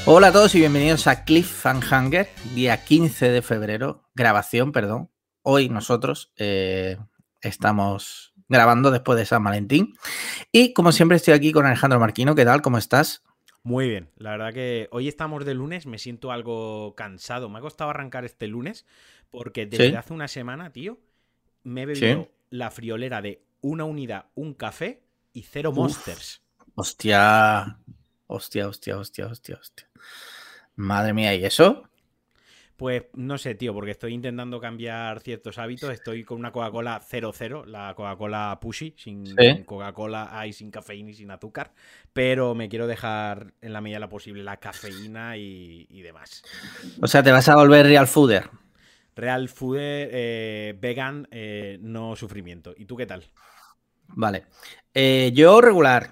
Hola a todos y bienvenidos a Cliffhanger, día 15 de febrero, grabación, perdón. Hoy nosotros estamos grabando después de San Valentín y como siempre estoy aquí con Alejandro Marquino. ¿Qué tal? ¿Cómo estás? Muy bien, la verdad que hoy estamos de lunes, me siento algo cansado. Me ha costado arrancar este lunes porque desde Sí, hace una semana, tío, me he sí. bebido la friolera de una unidad, un café y cero Uf, Monsters. hostia, hostia. Madre mía, ¿y eso? Pues no sé, tío, porque estoy intentando cambiar ciertos hábitos. Estoy con una Coca-Cola 00, la Coca-Cola Pushy, sin Sí. Coca-Cola, sin cafeína y sin azúcar. Pero me quiero dejar en la medida de lo posible la cafeína y demás. O sea, te vas a volver real fooder. Real food, vegan, no sufrimiento. ¿Y tú qué tal? Vale. Yo regular,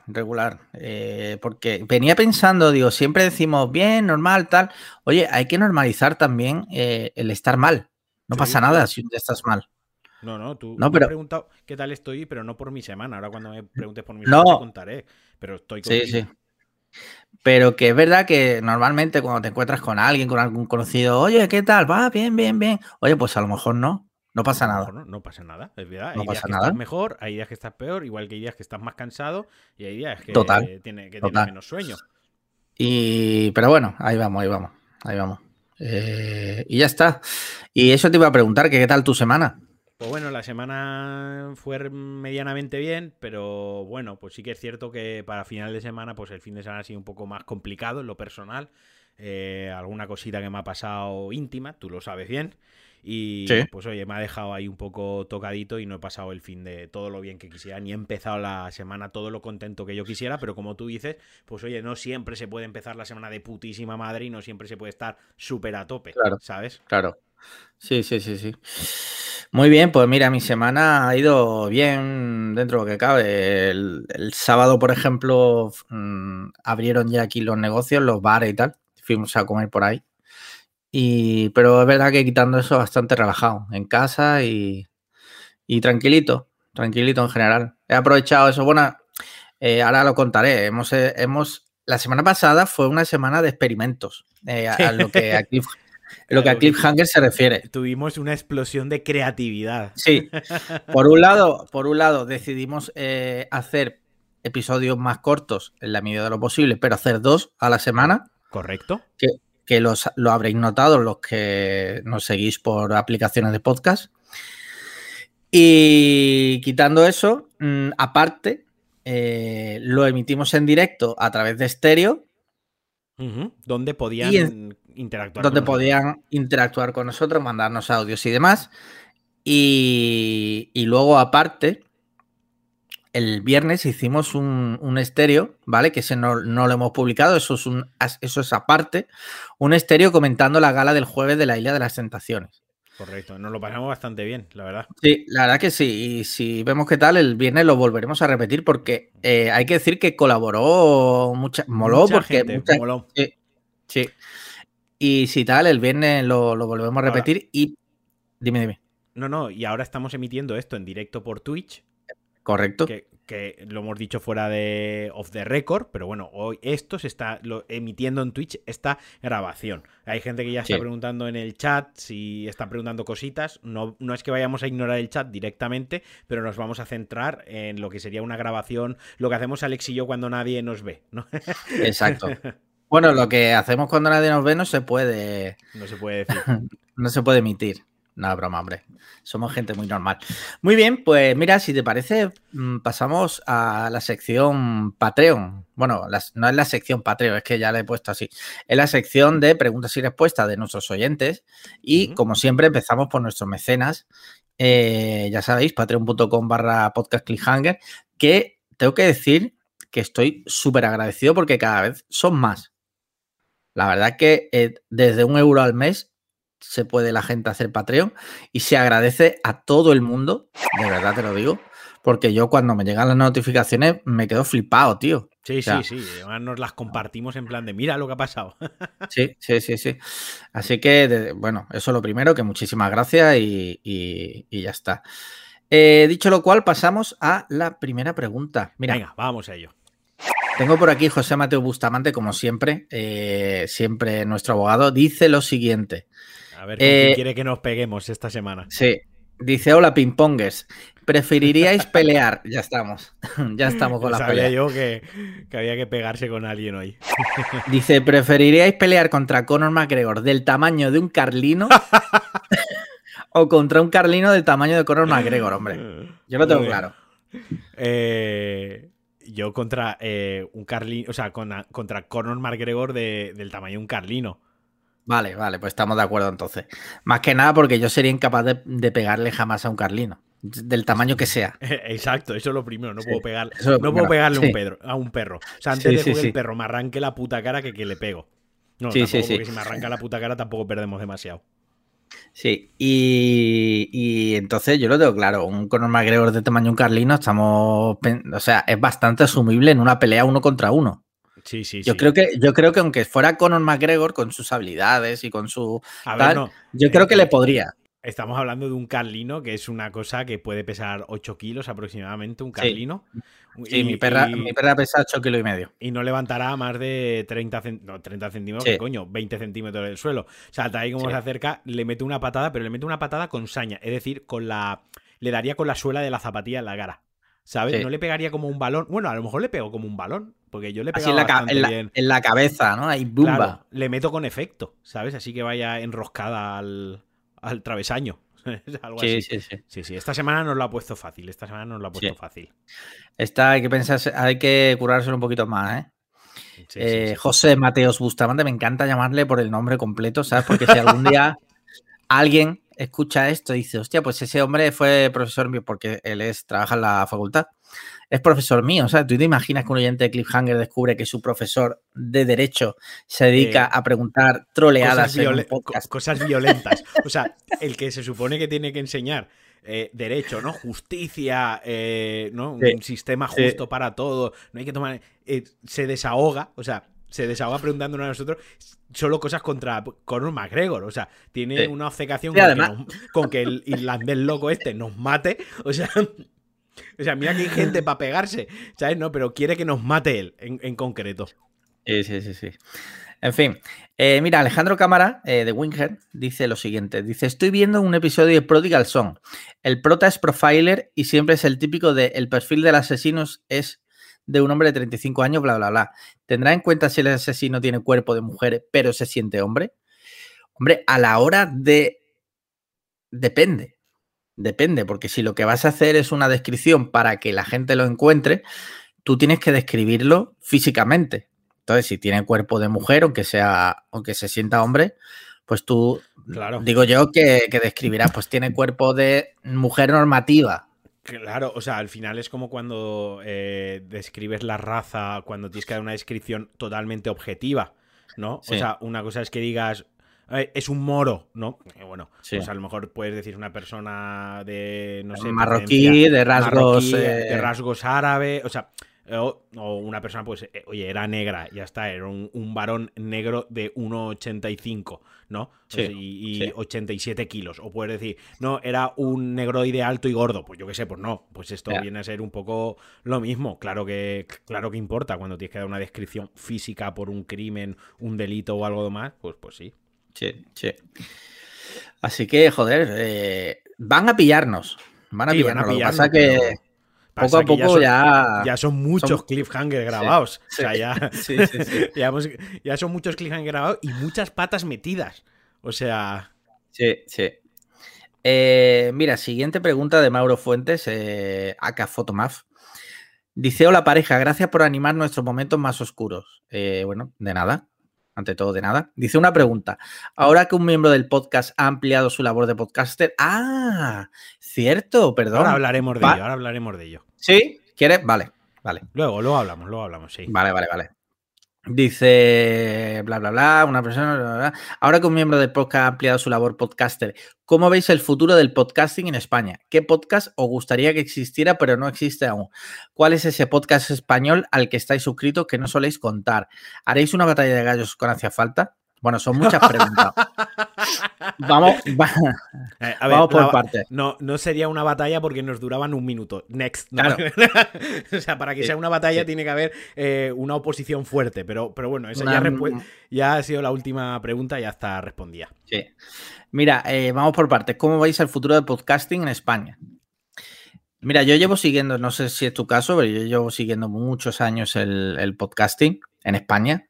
porque venía pensando, digo, siempre decimos bien, normal, tal. Oye, hay que normalizar también el estar mal. No Sí, pasa sí. nada si un día estás mal. No, tú No, me has pero preguntado qué tal estoy, pero no por mi semana. Ahora cuando me preguntes por mi semana te no, contaré. Pero estoy sí, contigo. sí. Pero que es verdad que normalmente cuando te encuentras con alguien, con algún conocido, oye, ¿qué tal? Va, bien. Oye, pues a lo mejor no Pues pasa a lo mejor nada. no pasa nada. Es verdad. No Hay días pasa que estás nada. mejor, hay días que estás peor, igual que hay días que estás más cansado y hay días Total, que tienes total. menos sueño. Pero bueno, ahí vamos. Y ya está. Y eso te iba a preguntar, que ¿qué tal tu semana? Pues bueno, la semana fue medianamente bien, pero bueno, pues sí que es cierto que para final de semana, pues el fin de semana ha sido un poco más complicado en lo personal. Alguna cosita que me ha pasado íntima, tú lo sabes bien. Sí. Y pues oye, me ha dejado ahí un poco tocadito y no he pasado el fin de todo lo bien que quisiera, ni he empezado la semana todo lo contento que yo quisiera, pero como tú dices, pues oye, no siempre se puede empezar la semana de putísima madre y no siempre se puede estar súper a tope, Claro, ¿sabes? claro. Sí. Muy bien, pues mira, mi semana ha ido bien dentro de lo que cabe. El sábado, por ejemplo, abrieron ya aquí los negocios, los bares y tal. Fuimos a comer por ahí. Pero es verdad que quitando eso, bastante relajado en casa y tranquilito en general. He aprovechado eso. Bueno, ahora lo contaré. La semana pasada fue una semana de experimentos, a lo que aquí lo que a Claro que Cliffhanger se refiere. tuvimos una explosión de creatividad. Sí, por un lado decidimos hacer episodios más cortos en la medida de lo posible, pero hacer 2 a la semana, ¿Correcto? que, lo habréis notado los que nos seguís por aplicaciones de podcast. Y quitando eso, aparte, lo emitimos en directo a través de estéreo Donde y podían interactuar con donde nosotros. podían interactuar con nosotros, mandarnos audios y demás. Y luego, aparte, el viernes hicimos un estéreo, ¿vale? Que ese no lo hemos publicado, eso es aparte. Un estéreo comentando la gala del jueves de la Isla de las Tentaciones. Correcto. Nos lo pasamos bastante bien, la verdad. Sí, la verdad que sí. Y si vemos qué tal, el viernes lo volveremos a repetir porque hay que decir que colaboró moló Mucha porque gente, moló. sí, sí. Y si tal, el viernes lo volvemos a Ahora, repetir y dime. no, y ahora estamos emitiendo esto en directo por Twitch, Correcto. que lo hemos dicho fuera de off the record, pero bueno, hoy esto se está emitiendo en Twitch, esta grabación. Hay gente que ya está Sí. preguntando en el chat, si está preguntando cositas. No es que vayamos a ignorar el chat directamente, pero nos vamos a centrar en lo que sería una grabación, lo que hacemos Alex y yo cuando nadie nos ve, ¿no? Exacto. Bueno, lo que hacemos cuando nadie nos ve No se puede decir. no se puede emitir. No, broma, hombre. Somos gente muy normal. Muy bien, pues mira, si te parece, pasamos a la sección Patreon. Bueno, no es la sección Patreon, es que ya la he puesto así. Es la sección de preguntas y respuestas de nuestros oyentes. Y como siempre, empezamos por nuestros mecenas. Ya sabéis, patreon.com/podcast cliffhanger, que tengo que decir que estoy súper agradecido porque cada vez son más. La verdad que desde 1 euro al mes se puede la gente hacer Patreon y se agradece a todo el mundo, de verdad te lo digo, porque yo cuando me llegan las notificaciones me quedo flipado, tío. O Sí. sea, Además nos las compartimos en plan de mira lo que ha pasado. sí. Así que, bueno, eso es lo primero, que muchísimas gracias y ya está. Dicho lo cual, pasamos a la primera pregunta. Mira, Venga, vamos a ello. Tengo por aquí José Mateo Bustamante, como siempre, siempre nuestro abogado, dice lo siguiente. A ver con quién quiere que nos peguemos esta semana. Sí, dice, hola pingpongers, ¿preferiríais pelear? Ya estamos con las Sabía peleas. yo que había que pegarse con alguien hoy. Dice, ¿preferiríais pelear contra Conor McGregor del tamaño de un carlino o contra un carlino del tamaño de Conor McGregor, hombre? Yo lo tengo claro. Yo contra un carlino, o sea, contra Conor McGregor del tamaño de un carlino. Vale, pues estamos de acuerdo entonces. Más que nada porque yo sería incapaz de pegarle jamás a un carlino, del tamaño que sea. Exacto, eso es lo primero. No puedo pegarle a un perro. O sea, antes de que el perro me arranque la puta cara que le pego. No, tampoco, porque si me arranca la puta cara tampoco perdemos demasiado. Sí, y entonces yo lo tengo claro, un Conor McGregor de tamaño de un carlino o sea, es bastante asumible en una pelea 1 contra 1. Sí. Yo creo que aunque fuera Conor McGregor con sus habilidades y con su yo creo que le podría. Estamos hablando de un carlino, que es una cosa que puede pesar 8 kilos aproximadamente, un carlino. Sí, mi perra pesa 8,5 kilos. Y no levantará más de 30 centímetros, ¿qué coño? 20 centímetros del suelo. O sea, ahí como se acerca, le mete una patada, pero le mete una patada con saña. Es decir, le daría con la suela de la zapatilla en la cara. ¿Sabes? Sí. No le pegaría como un balón. Bueno, a lo mejor le pego como un balón, porque yo le pego bastante bien. En la cabeza, ¿no? Ahí bumba. Claro, le meto con efecto, ¿sabes? Así que vaya enroscada al travesaño. Algo así. Sí. Esta semana nos lo ha puesto fácil. Esta hay que pensar, hay que curárselo un poquito más, ¿eh? Sí. José Mateos Bustamante, me encanta llamarle por el nombre completo, ¿sabes? Porque si algún día alguien escucha esto y dice, hostia, pues ese hombre fue profesor mío, porque él trabaja en la facultad, es profesor mío, ¿sabes? ¿Tú te imaginas que un oyente de Cliffhanger descubre que su profesor de Derecho se dedica a preguntar troleadas en un podcast? Cosas violentas. O sea, el que se supone que tiene que enseñar derecho, ¿no? Justicia, ¿no? Un sistema justo para todo. No hay que tomar... se desahoga, o sea... Se desahoga preguntándonos a nosotros solo cosas contra Conor McGregor. O sea, tiene una obcecación con que el irlandés loco nos mate. O sea, mira que hay gente para pegarse, ¿sabes? No, pero quiere que nos mate él en concreto. Sí. En fin, mira, Alejandro Cámara, de Winghead, dice lo siguiente. Dice, estoy viendo un episodio de Prodigal Son. El prota es profiler y siempre es el típico de el perfil del asesino es de un hombre de 35 años, bla, bla, bla. ¿Tendrá en cuenta si el asesino tiene cuerpo de mujer, pero se siente hombre? Hombre, a la hora de... Depende, porque si lo que vas a hacer es una descripción para que la gente lo encuentre, tú tienes que describirlo físicamente. Entonces, si tiene cuerpo de mujer, aunque se sienta hombre, pues tú, digo yo que describirás, pues tiene cuerpo de mujer normativa. Claro, o sea, al final es como cuando describes la raza, cuando tienes que dar una descripción totalmente objetiva, ¿no? Sí. O sea, una cosa es que digas, es un moro, ¿no? Bueno, pues a lo mejor puedes decir una persona de, no sé, marroquí, de rasgos árabes, o sea... O una persona, pues, oye, era negra, ya está, era un varón negro de 1,85, ¿no? Sí, y 87 kilos. O puedes decir, no, era un negroide alto y gordo. Pues yo qué sé, pues no. Pues esto viene a ser un poco lo mismo. Claro que importa cuando tienes que dar una descripción física por un crimen, un delito o algo más, pues sí. Sí. Así que, joder, van a pillarnos. Van a pillarnos. Lo que pasa que... Poco a poco ya son muchos cliffhangers grabados. Sí, o sea, ya son muchos cliffhangers grabados y muchas patas metidas. O sea... Sí. Mira, siguiente pregunta de Mauro Fuentes, aka Photomaf. Dice, hola pareja, gracias por animar nuestros momentos más oscuros. Bueno, de nada. Ante todo, de nada. Dice una pregunta. Ahora que un miembro del podcast ha ampliado su labor de podcaster... ¡Ah! Cierto, perdón. Ahora hablaremos de ello. ¿Sí? ¿Quieres? Vale. Luego hablamos, sí. Vale. Dice, bla, bla, bla, una persona, bla, bla, bla. Ahora que un miembro del podcast ha ampliado su labor podcaster, ¿cómo veis el futuro del podcasting en España? ¿Qué podcast os gustaría que existiera pero no existe aún? ¿Cuál es ese podcast español al que estáis suscritos que no soléis contar? ¿Haréis una batalla de gallos con hacía falta? Bueno, son muchas preguntas. Vamos, A ver, vamos por partes. no sería una batalla porque nos duraban un minuto. Next. ¿No? Claro. O sea, para que sea una batalla tiene que haber una oposición fuerte. Pero bueno, esa ya ha sido la última pregunta, ya está respondida. Sí. Mira, vamos por partes. ¿Cómo veis el futuro del podcasting en España? Mira, yo llevo siguiendo, no sé si es tu caso, pero yo llevo siguiendo muchos años el podcasting en España.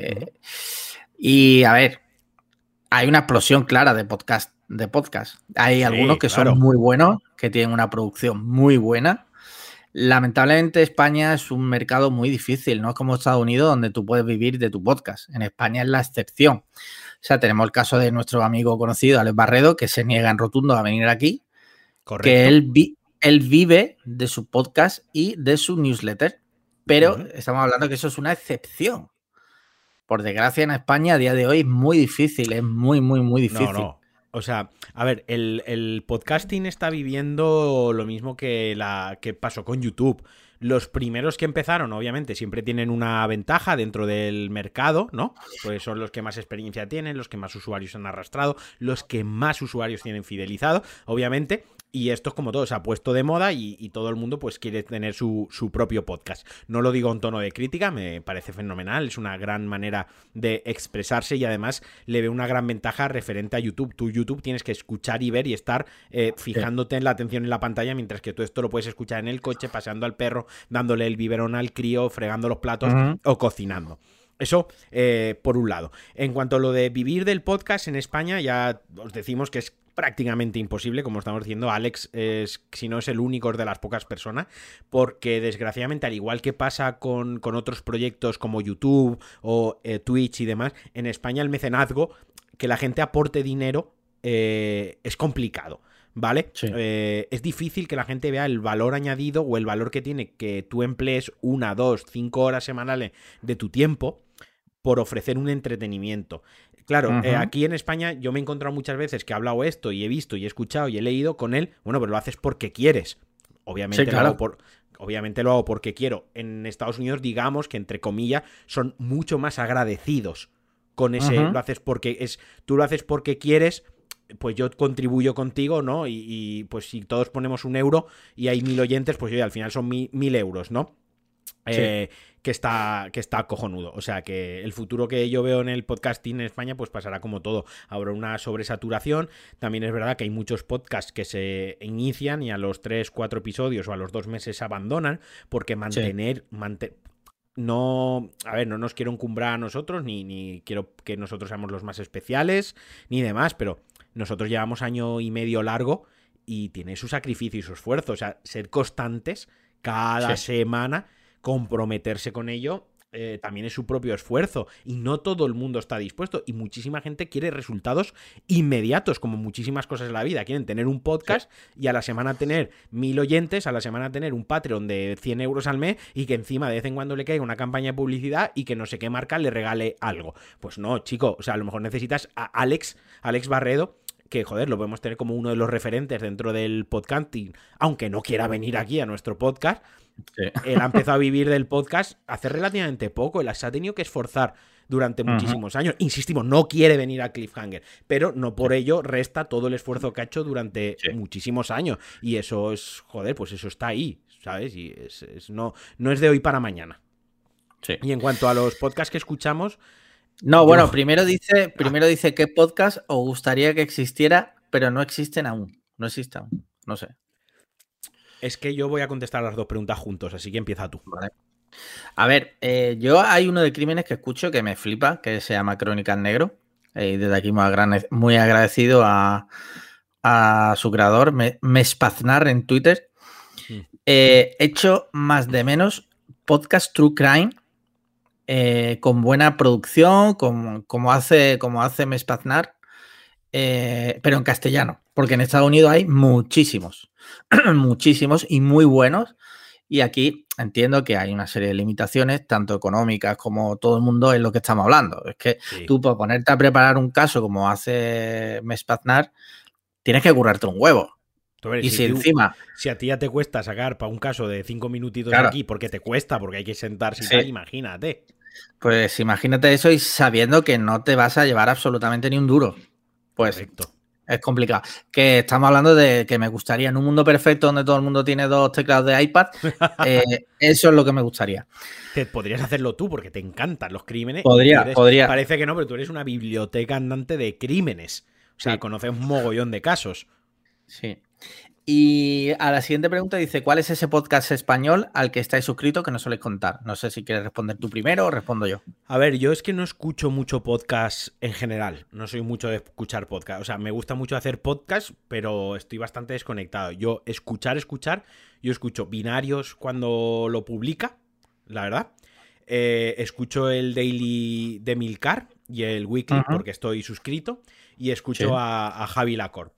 Y a ver, hay una explosión clara de podcast. Hay algunos que son muy buenos, que tienen una producción muy buena. Lamentablemente España es un mercado muy difícil, no es como Estados Unidos donde tú puedes vivir de tu podcast. En España es la excepción. O sea, tenemos el caso de nuestro amigo conocido, Alex Barredo, que se niega en rotundo a venir aquí. Correcto. Que él vive de su podcast y de su newsletter. Pero estamos hablando que eso es una excepción. Por desgracia, en España a día de hoy es muy difícil, es muy, muy, muy difícil. No. O sea, a ver, el podcasting está viviendo lo mismo que pasó con YouTube. Los primeros que empezaron, obviamente, siempre tienen una ventaja dentro del mercado, ¿no? Pues son los que más experiencia tienen, los que más usuarios han arrastrado, los que más usuarios tienen fidelizado, obviamente. Y esto es como todo, se ha puesto de moda y todo el mundo pues quiere tener su propio podcast. No lo digo en tono de crítica, me parece fenomenal, es una gran manera de expresarse y además le veo una gran ventaja referente a YouTube. Tú YouTube tienes que escuchar y ver y estar fijándote en la atención en la pantalla, mientras que tú esto lo puedes escuchar en el coche, paseando al perro, dándole el biberón al crío, fregando los platos o cocinando. Eso, por un lado. En cuanto a lo de vivir del podcast en España, ya os decimos que es prácticamente imposible, como estamos diciendo. Alex si no es el único, es de las pocas personas, porque desgraciadamente, al igual que pasa con otros proyectos como YouTube o Twitch y demás, en España el mecenazgo, que la gente aporte dinero, es complicado, ¿vale? Sí. Es difícil que la gente vea el valor añadido o el valor que tiene que tú emplees 1, 2, 5 horas semanales de tu tiempo por ofrecer un entretenimiento. Claro, aquí en España yo me he encontrado muchas veces que he hablado esto y he visto y he escuchado y he leído con él, bueno, pero lo haces porque quieres. Obviamente, sí, claro. Obviamente lo hago porque quiero. En Estados Unidos, digamos que entre comillas, son mucho más agradecidos con ese, lo haces porque tú lo haces porque quieres, pues yo contribuyo contigo, ¿no? Y pues si todos ponemos 1 euro y hay 1000 oyentes, pues oye, al final son 1000 euros, ¿no? Sí. Que está cojonudo. O sea que el futuro que yo veo en el podcasting en España pues pasará como todo. Habrá una sobresaturación. También es verdad que hay muchos podcasts que se inician y a los 3, 4 episodios o a los 2 meses abandonan, porque no, a ver, no nos quiero encumbrar a nosotros, ni quiero que nosotros seamos los más especiales, ni demás, pero nosotros llevamos 1 año y medio largo y tiene su sacrificio y su esfuerzo. O sea, ser constantes cada semana, comprometerse con ello, también es su propio esfuerzo, y no todo el mundo está dispuesto, y muchísima gente quiere resultados inmediatos, como muchísimas cosas en la vida. Quieren tener un podcast y a la semana tener 1000 oyentes, a la semana tener un Patreon de 100 euros al mes, y que encima de vez en cuando le caiga una campaña de publicidad y que no sé qué marca le regale algo. Pues no, chico, o sea, a lo mejor necesitas a Alex Barredo, que, joder, lo podemos tener como uno de los referentes dentro del podcasting, aunque no quiera venir aquí a nuestro podcast. Sí. Él ha empezado a vivir del podcast hace relativamente poco, él se ha tenido que esforzar durante muchísimos años. Insistimos, no quiere venir a Cliffhanger, pero no por ello resta todo el esfuerzo que ha hecho durante muchísimos años. Y eso es, joder, pues eso está ahí, ¿sabes? Y no es de hoy para mañana. Sí. Y en cuanto a los podcasts que escuchamos... No, bueno, primero dice qué podcast os gustaría que existiera, pero no existen aún. No existe aún, no sé. Es que yo voy a contestar las 2 preguntas juntos, así que empieza tú. Vale. A ver, yo hay uno de crímenes que escucho que me flipa, que se llama Crónicas Negro. Y desde aquí muy agradecido a su creador, Mespaznar en Twitter. He hecho más de menos podcast True Crime, con buena producción, como hace Mespaznar, pero en castellano, porque en Estados Unidos hay muchísimos y muy buenos, y aquí entiendo que hay una serie de limitaciones, tanto económicas como todo el mundo, en lo que estamos hablando. Es que tú, por ponerte a preparar un caso como hace Mespaznar, tienes que currarte un huevo. Y si encima... Si a ti ya te cuesta sacar para un caso de 5 minutitos aquí, porque te cuesta, porque hay que sentarse y tal, imagínate. Pues imagínate eso, y sabiendo que no te vas a llevar absolutamente ni un duro. pues Correcto. es complicado. Que estamos hablando de que me gustaría en un mundo perfecto donde todo el mundo tiene 2 teclados de iPad, eso es lo que me gustaría. Te podrías hacerlo tú porque te encantan los crímenes y tú eres, Podría. parece que no, pero tú eres una biblioteca andante de crímenes. O sea, Sí. conoces un mogollón de casos. Sí. Y a la siguiente pregunta dice, ¿cuál es ese podcast español al que estáis suscritos que no soléis contar? No sé si quieres responder tú primero o respondo yo. A ver, yo es que no escucho mucho podcast en general. No soy mucho de escuchar podcast. O sea, me gusta mucho hacer podcast, pero estoy bastante desconectado. Yo escuchar, yo escucho Binarios cuando lo publica, la verdad. Escucho el Daily de Milcar y el Weekly porque estoy suscrito. Y escucho a Javi Lacort,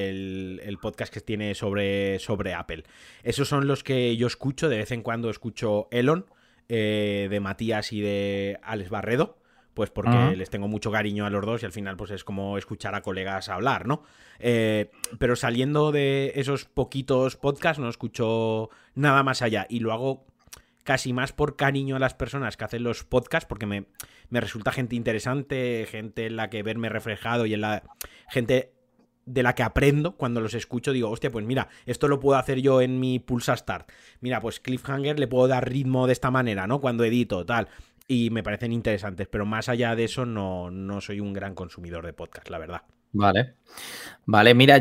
el podcast que tiene sobre Apple. Esos son los que yo escucho. De vez en cuando escucho Elon, de Matías y de Alex Barredo, pues porque les tengo mucho cariño a los dos y al final pues es como escuchar a colegas hablar, ¿no? Pero saliendo de esos poquitos podcasts no escucho nada más allá y lo hago casi más por cariño a las personas que hacen los podcasts, porque me resulta gente interesante, gente en la que verme reflejado y en la gente de la que aprendo cuando los escucho. Digo, hostia, pues mira, esto lo puedo hacer yo en mi Pulsa Start. Mira, pues Cliffhanger le puedo dar ritmo de esta manera, ¿no? Cuando edito, tal. Y me parecen interesantes, pero más allá de eso no soy un gran consumidor de podcast, la verdad. Vale, mira,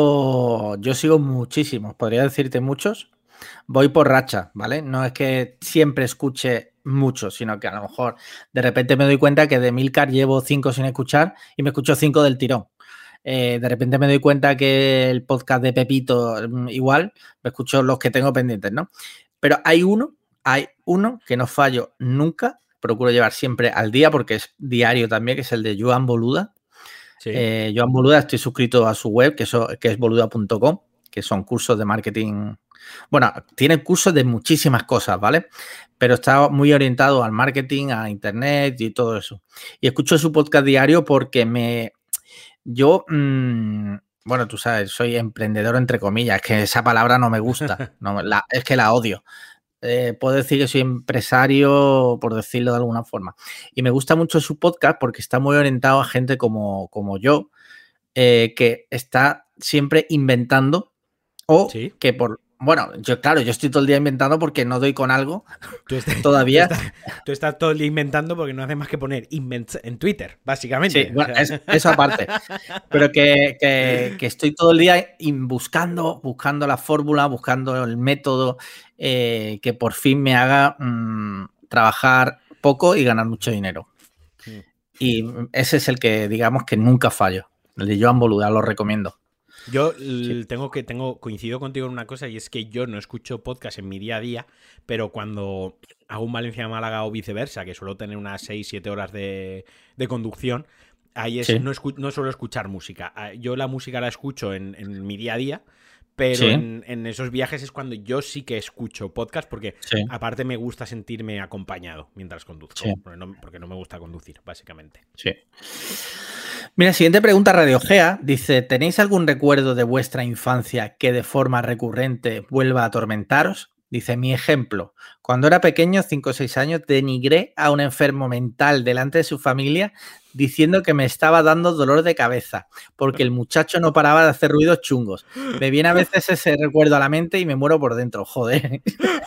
yo sigo muchísimos, podría decirte muchos. Voy por racha, ¿vale? No es que siempre escuche mucho, sino que a lo mejor de repente me doy cuenta que de Milcar llevo 5 sin escuchar y me escucho 5 del tirón. De repente me doy cuenta que el podcast de Pepito igual, me escucho los que tengo pendientes, ¿no? Pero hay uno que no fallo nunca, procuro llevar siempre al día porque es diario también, que es el de Joan Boluda. ¿Sí? Joan Boluda, estoy suscrito a su web, que es boluda.com, que son cursos de marketing. Bueno, tiene cursos de muchísimas cosas, ¿vale? Pero está muy orientado al marketing, a internet y todo eso. Y escucho su podcast diario porque bueno, tú sabes, soy emprendedor entre comillas, es que esa palabra no me gusta, es que la odio. Puedo decir que soy empresario, por decirlo de alguna forma. Y me gusta mucho su podcast porque está muy orientado a gente como yo, que está siempre inventando o ¿Sí? que bueno, yo estoy todo el día inventando porque no doy con algo todavía. Tú estás todo el día inventando porque no haces más que poner invents en Twitter, básicamente. Sí, bueno, eso aparte. Pero que estoy todo el día buscando la fórmula, buscando el método que por fin me haga trabajar poco y ganar mucho dinero. Y ese es el que, digamos, que nunca fallo. El de Joan Boluda, lo recomiendo. Yo coincido contigo en una cosa y es que yo no escucho podcast en mi día a día, pero cuando hago un Valencia-Málaga o viceversa, que suelo tener unas 6-7 horas de conducción, ahí no suelo escuchar música. Yo la música la escucho en mi día a día, pero en esos viajes es cuando yo sí que escucho podcast porque aparte me gusta sentirme acompañado mientras conduzco, porque no me gusta conducir, básicamente. Sí. Mira, siguiente pregunta, Radio Gea. Dice, ¿tenéis algún recuerdo de vuestra infancia que de forma recurrente vuelva a atormentaros? Dice, mi ejemplo, cuando era pequeño, 5 o 6 años, denigré a un enfermo mental delante de su familia diciendo que me estaba dando dolor de cabeza porque el muchacho no paraba de hacer ruidos chungos. Me viene a veces ese recuerdo a la mente y me muero por dentro, joder.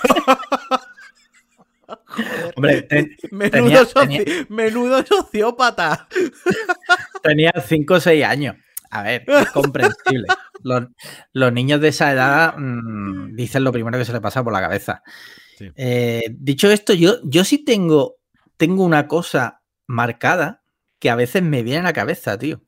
Joder. Hombre, menudo sociópata. Tenía 5 o 6 años. A ver, es comprensible. Los niños de esa edad dicen lo primero que se les pasa por la cabeza. Sí. Dicho esto, yo sí tengo una cosa marcada que a veces me viene a la cabeza, tío.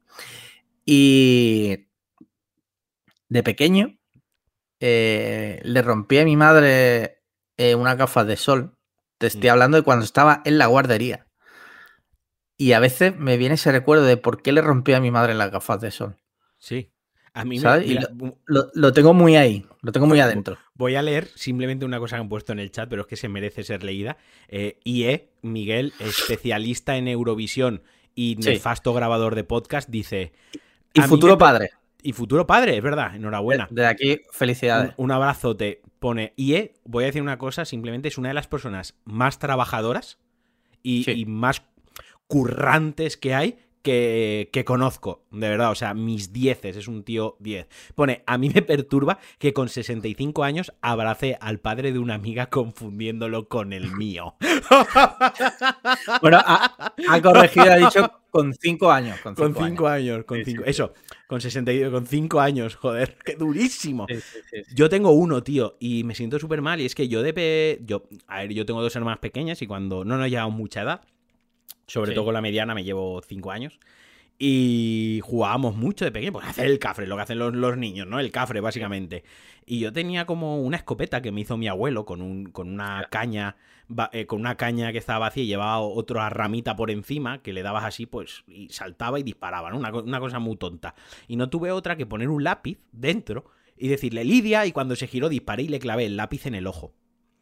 Y de pequeño le rompí a mi madre unas gafas de sol. Te estoy hablando de cuando estaba en la guardería. Y a veces me viene ese recuerdo de por qué le rompí a mi madre las gafas de sol. Sí. A mí ¿sabes? Y lo tengo muy ahí, lo tengo muy adentro. Voy a leer simplemente una cosa que han puesto en el chat, pero es que se merece ser leída. IE, Miguel, especialista en Eurovisión y nefasto grabador de podcast, dice... Y futuro padre. Y futuro padre, es verdad, enhorabuena. De aquí, felicidades. Un abrazote. Pone IE, voy a decir una cosa, simplemente es una de las personas más trabajadoras y más currantes que hay, que conozco, de verdad, o sea, mis dieces, es un tío 10. Pone, a mí me perturba que con 65 años abracé al padre de una amiga confundiéndolo con el mío. Bueno, ha corregido, ha dicho con 5 años. Con 5 años, con 5. Eso, con 5 años, joder, qué durísimo. Sí. Yo tengo uno, tío, y me siento súper mal. Y es que yo tengo 2 hermanas pequeñas y cuando no nos llevamos mucha edad, sobre todo con la mediana me llevo 5 años. Y jugábamos mucho de pequeño, pues hacer el cafre, lo que hacen los niños, ¿no? El cafre, básicamente. Y yo tenía como una escopeta que me hizo mi abuelo con una caña que estaba vacía y llevaba otra ramita por encima que le dabas así, pues, y saltaba y disparaba, ¿no? Una cosa muy tonta. Y no tuve otra que poner un lápiz dentro y decirle Lidia, y cuando se giró disparé y le clavé el lápiz en el ojo.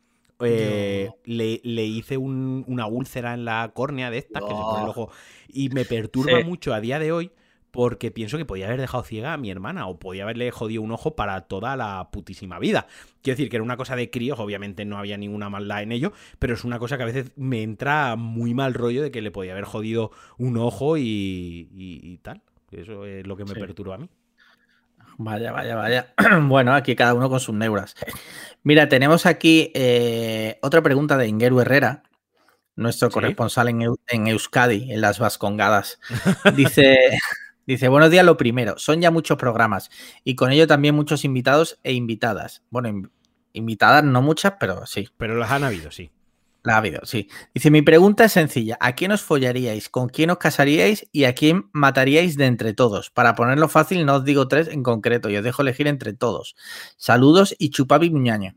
Le hice una úlcera en la córnea de estas que se pone el ojo y me perturba mucho a día de hoy porque pienso que podía haber dejado ciega a mi hermana o podía haberle jodido un ojo para toda la putísima vida. Quiero decir que era una cosa de críos, obviamente no había ninguna maldad en ello, pero es una cosa que a veces me entra muy mal rollo de que le podía haber jodido un ojo y tal. Eso es lo que me perturba a mí. Vaya. Bueno, aquí cada uno con sus neuras. Mira, tenemos aquí otra pregunta de Ingeru Herrera, nuestro corresponsal en Euskadi, en las Vascongadas. Dice, buenos días, lo primero, son ya muchos programas y con ello también muchos invitados e invitadas. Bueno, invitadas no muchas, pero sí. Pero las han habido, sí. La ha habido, sí. Dice, mi pregunta es sencilla. ¿A quién os follaríais? ¿Con quién os casaríais? ¿Y a quién mataríais de entre todos? Para ponerlo fácil, no os digo 3 en concreto. Yo os dejo elegir entre todos. Saludos y chupapi muñaño.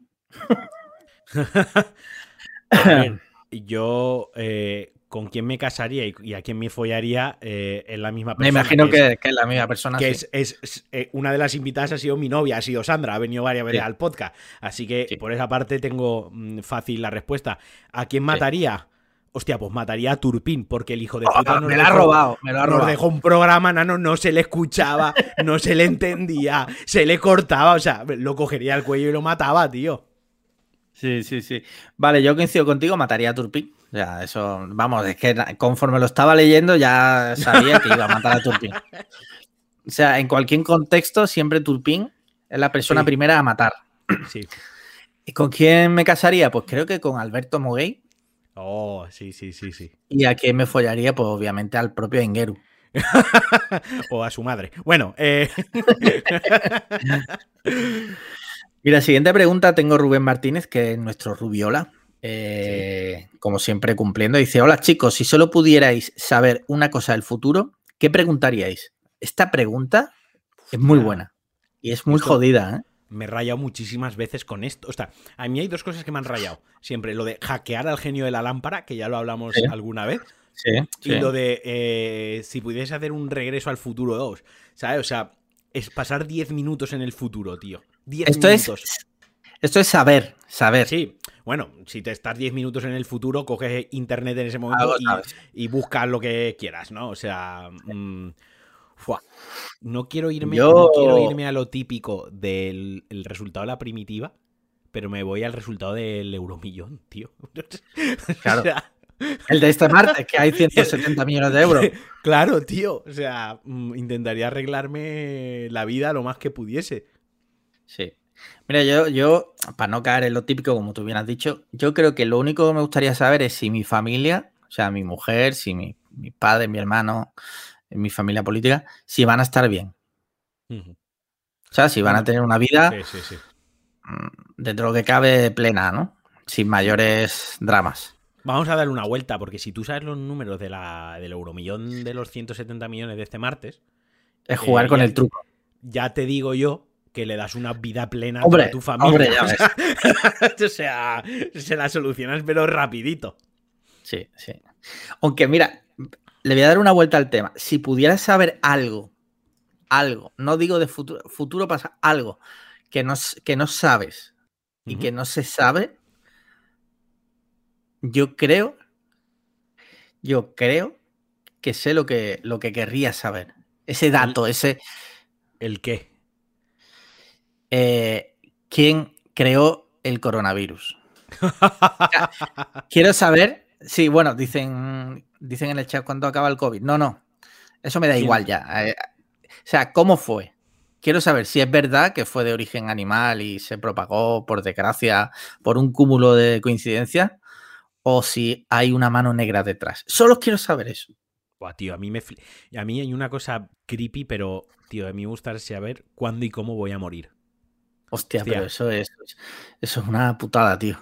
A ver, yo con quién me casaría y a quién me follaría es la misma persona. Me imagino que es la misma persona. Que sí. es una de las invitadas ha sido mi novia, ha sido Sandra, ha venido varias veces al podcast. Así que por esa parte tengo fácil la respuesta. ¿A quién mataría? Hostia, pues mataría a Turpin, porque el hijo de puta me lo ha robado. Nos dejó un programa, nano, no se le escuchaba, no se le entendía, se le cortaba, o sea, lo cogería al cuello y lo mataba, tío. Sí. Vale, yo coincido contigo, mataría a Turpin. O sea, eso, vamos, es que conforme lo estaba leyendo ya sabía que iba a matar a Turpin. O sea, en cualquier contexto, siempre Turpin es la persona primera a matar. Sí. ¿Y con quién me casaría? Pues creo que con Alberto Moguey. Oh, sí. ¿Y a quién me follaría? Pues obviamente al propio Engueru. O a su madre. Bueno, Mira, siguiente pregunta tengo Rubén Martínez, que es nuestro Rubiola. Como siempre cumpliendo. Dice, hola chicos, si solo pudierais saber una cosa del futuro, ¿qué preguntaríais? Esta pregunta es muy buena y es muy jodida, ¿eh? Me he rayado muchísimas veces con esto. O sea, a mí hay 2 cosas que me han rayado. Siempre lo de hackear al genio de la lámpara, que ya lo hablamos alguna vez. Y lo de si pudiese hacer un regreso al futuro 2. ¿Sabes? O sea, es pasar 10 minutos en el futuro, tío. 10 minutos. Esto es saber. Sí, bueno, si te estás 10 minutos en el futro, coges internet en ese momento y buscas lo que quieras, ¿no? O sea, no quiero irme a lo típico del resultado de la primitiva, pero me voy al resultado del Euromillón, tío. Claro. O sea, el de este martes, que hay 170 millones de euros. Claro, tío. O sea, intentaría arreglarme la vida lo más que pudiese. Sí. Mira, yo, para no caer en lo típico, como tú bien has dicho, yo creo que lo único que me gustaría saber es si mi familia, o sea, mi mujer, si mi padre, mi hermano, mi familia política, si van a estar bien. O sea, si van a tener una vida dentro de lo que cabe plena, ¿no? Sin mayores dramas. Vamos a darle una vuelta, porque si tú sabes los números del Euromillón de los 170 millones de este martes... Es jugar con el truco. Ya te digo yo que le das una vida plena a toda tu familia. Hombre, ya ves. O sea, se la solucionas, pero rapidito. Sí. Aunque mira, le voy a dar una vuelta al tema. Si pudieras saber algo, no digo de futuro pasa, algo que no sabes y que no se sabe, yo creo que sé lo que querría saber. Ese dato, ese... ¿El qué? ¿Quién creó el coronavirus? Quiero saber... Sí, bueno, dicen en el chat cuándo acaba el COVID. No. Eso me da igual ya. O sea, ¿cómo fue? Quiero saber si es verdad que fue de origen animal y se propagó, por desgracia, por un cúmulo de coincidencias, o si hay una mano negra detrás. Solo quiero saber eso. Buah, tío, a mí hay una cosa creepy, pero, tío, a mí me gusta saber cuándo y cómo voy a morir. Hostia, pero Hostia, eso es una putada, tío.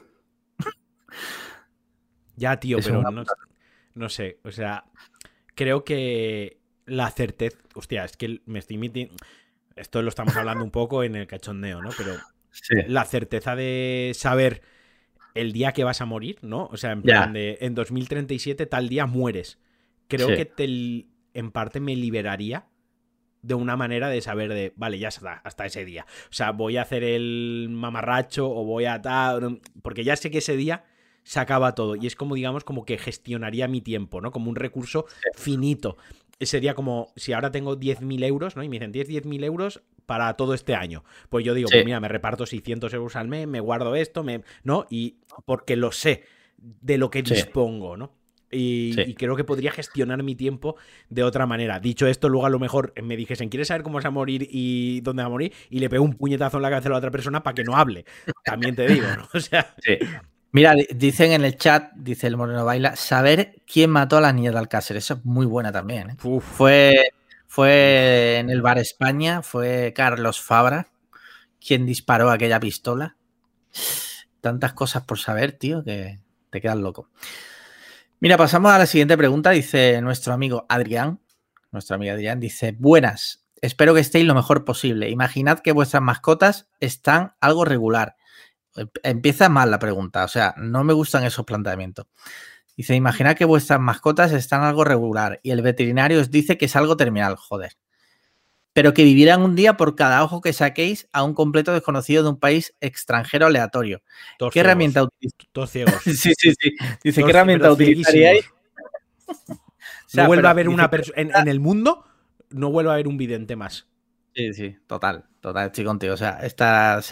ya, tío, Eso es pero una no, putada. no sé, o sea, creo que la certeza, hostia, es que me estoy metiendo, esto lo estamos hablando un poco en el cachondeo, ¿no? Pero Sí, la certeza de saber el día que vas a morir, ¿no? O sea, en plan ya, de en 2037 tal día mueres. Creo sí, que en parte me liberaría de una manera de saber de, vale, ya está, hasta ese día. O sea, voy a hacer el mamarracho o voy a tal, porque ya sé que ese día se acaba todo y es como, digamos, como que gestionaría mi tiempo, ¿no? Como un recurso finito. Sería como, si ahora tengo 10.000 euros, ¿no? Y me dicen, tienes 10.000 euros para todo este año. Pues yo digo, pues sí, mira, me reparto 600 euros al mes, me guardo esto, ¿no? Y porque lo sé de lo que sí, dispongo, ¿no? Y sí. creo que podría gestionar mi tiempo de otra manera. Dicho esto, luego a lo mejor me dijesen, ¿quieres saber cómo vas a morir y dónde va a morir? Y le pego un puñetazo en la cabeza a la otra persona para que no hable. También te digo, ¿no? O sea, Sí. Mira, dicen en el chat, dice el Moreno Baila, saber quién mató a la niña de Alcácer. Esa es muy buena también, ¿eh? uff, uff. Fue en el Bar España, fue Carlos Fabra quien disparó aquella pistola. Tantas cosas por saber, tío, que te quedas loco. Mira, pasamos a la siguiente pregunta. Dice nuestro amigo Adrián. Nuestro amigo Adrián dice: buenas, espero que estéis lo mejor posible. Imaginad que vuestras mascotas están algo regular. Empieza mal la pregunta, o sea, no me gustan esos planteamientos. Dice: imaginad que vuestras mascotas están algo regular y el veterinario os dice que es algo terminal, joder. Pero que vivirán un día por cada ojo que saquéis a un completo desconocido de un país extranjero aleatorio. Todos ¿Qué ciegos. herramienta utilizaríais? Todos ciegos. Sí, sí, sí. Dice: ¿qué Pero herramienta utilizaríais? cieguísimos. O No sea, vuelve a pero haber dice una que... persona. En el mundo, no vuelve a haber un vidente más. Sí, sí, total, total, estoy contigo. O sea, esta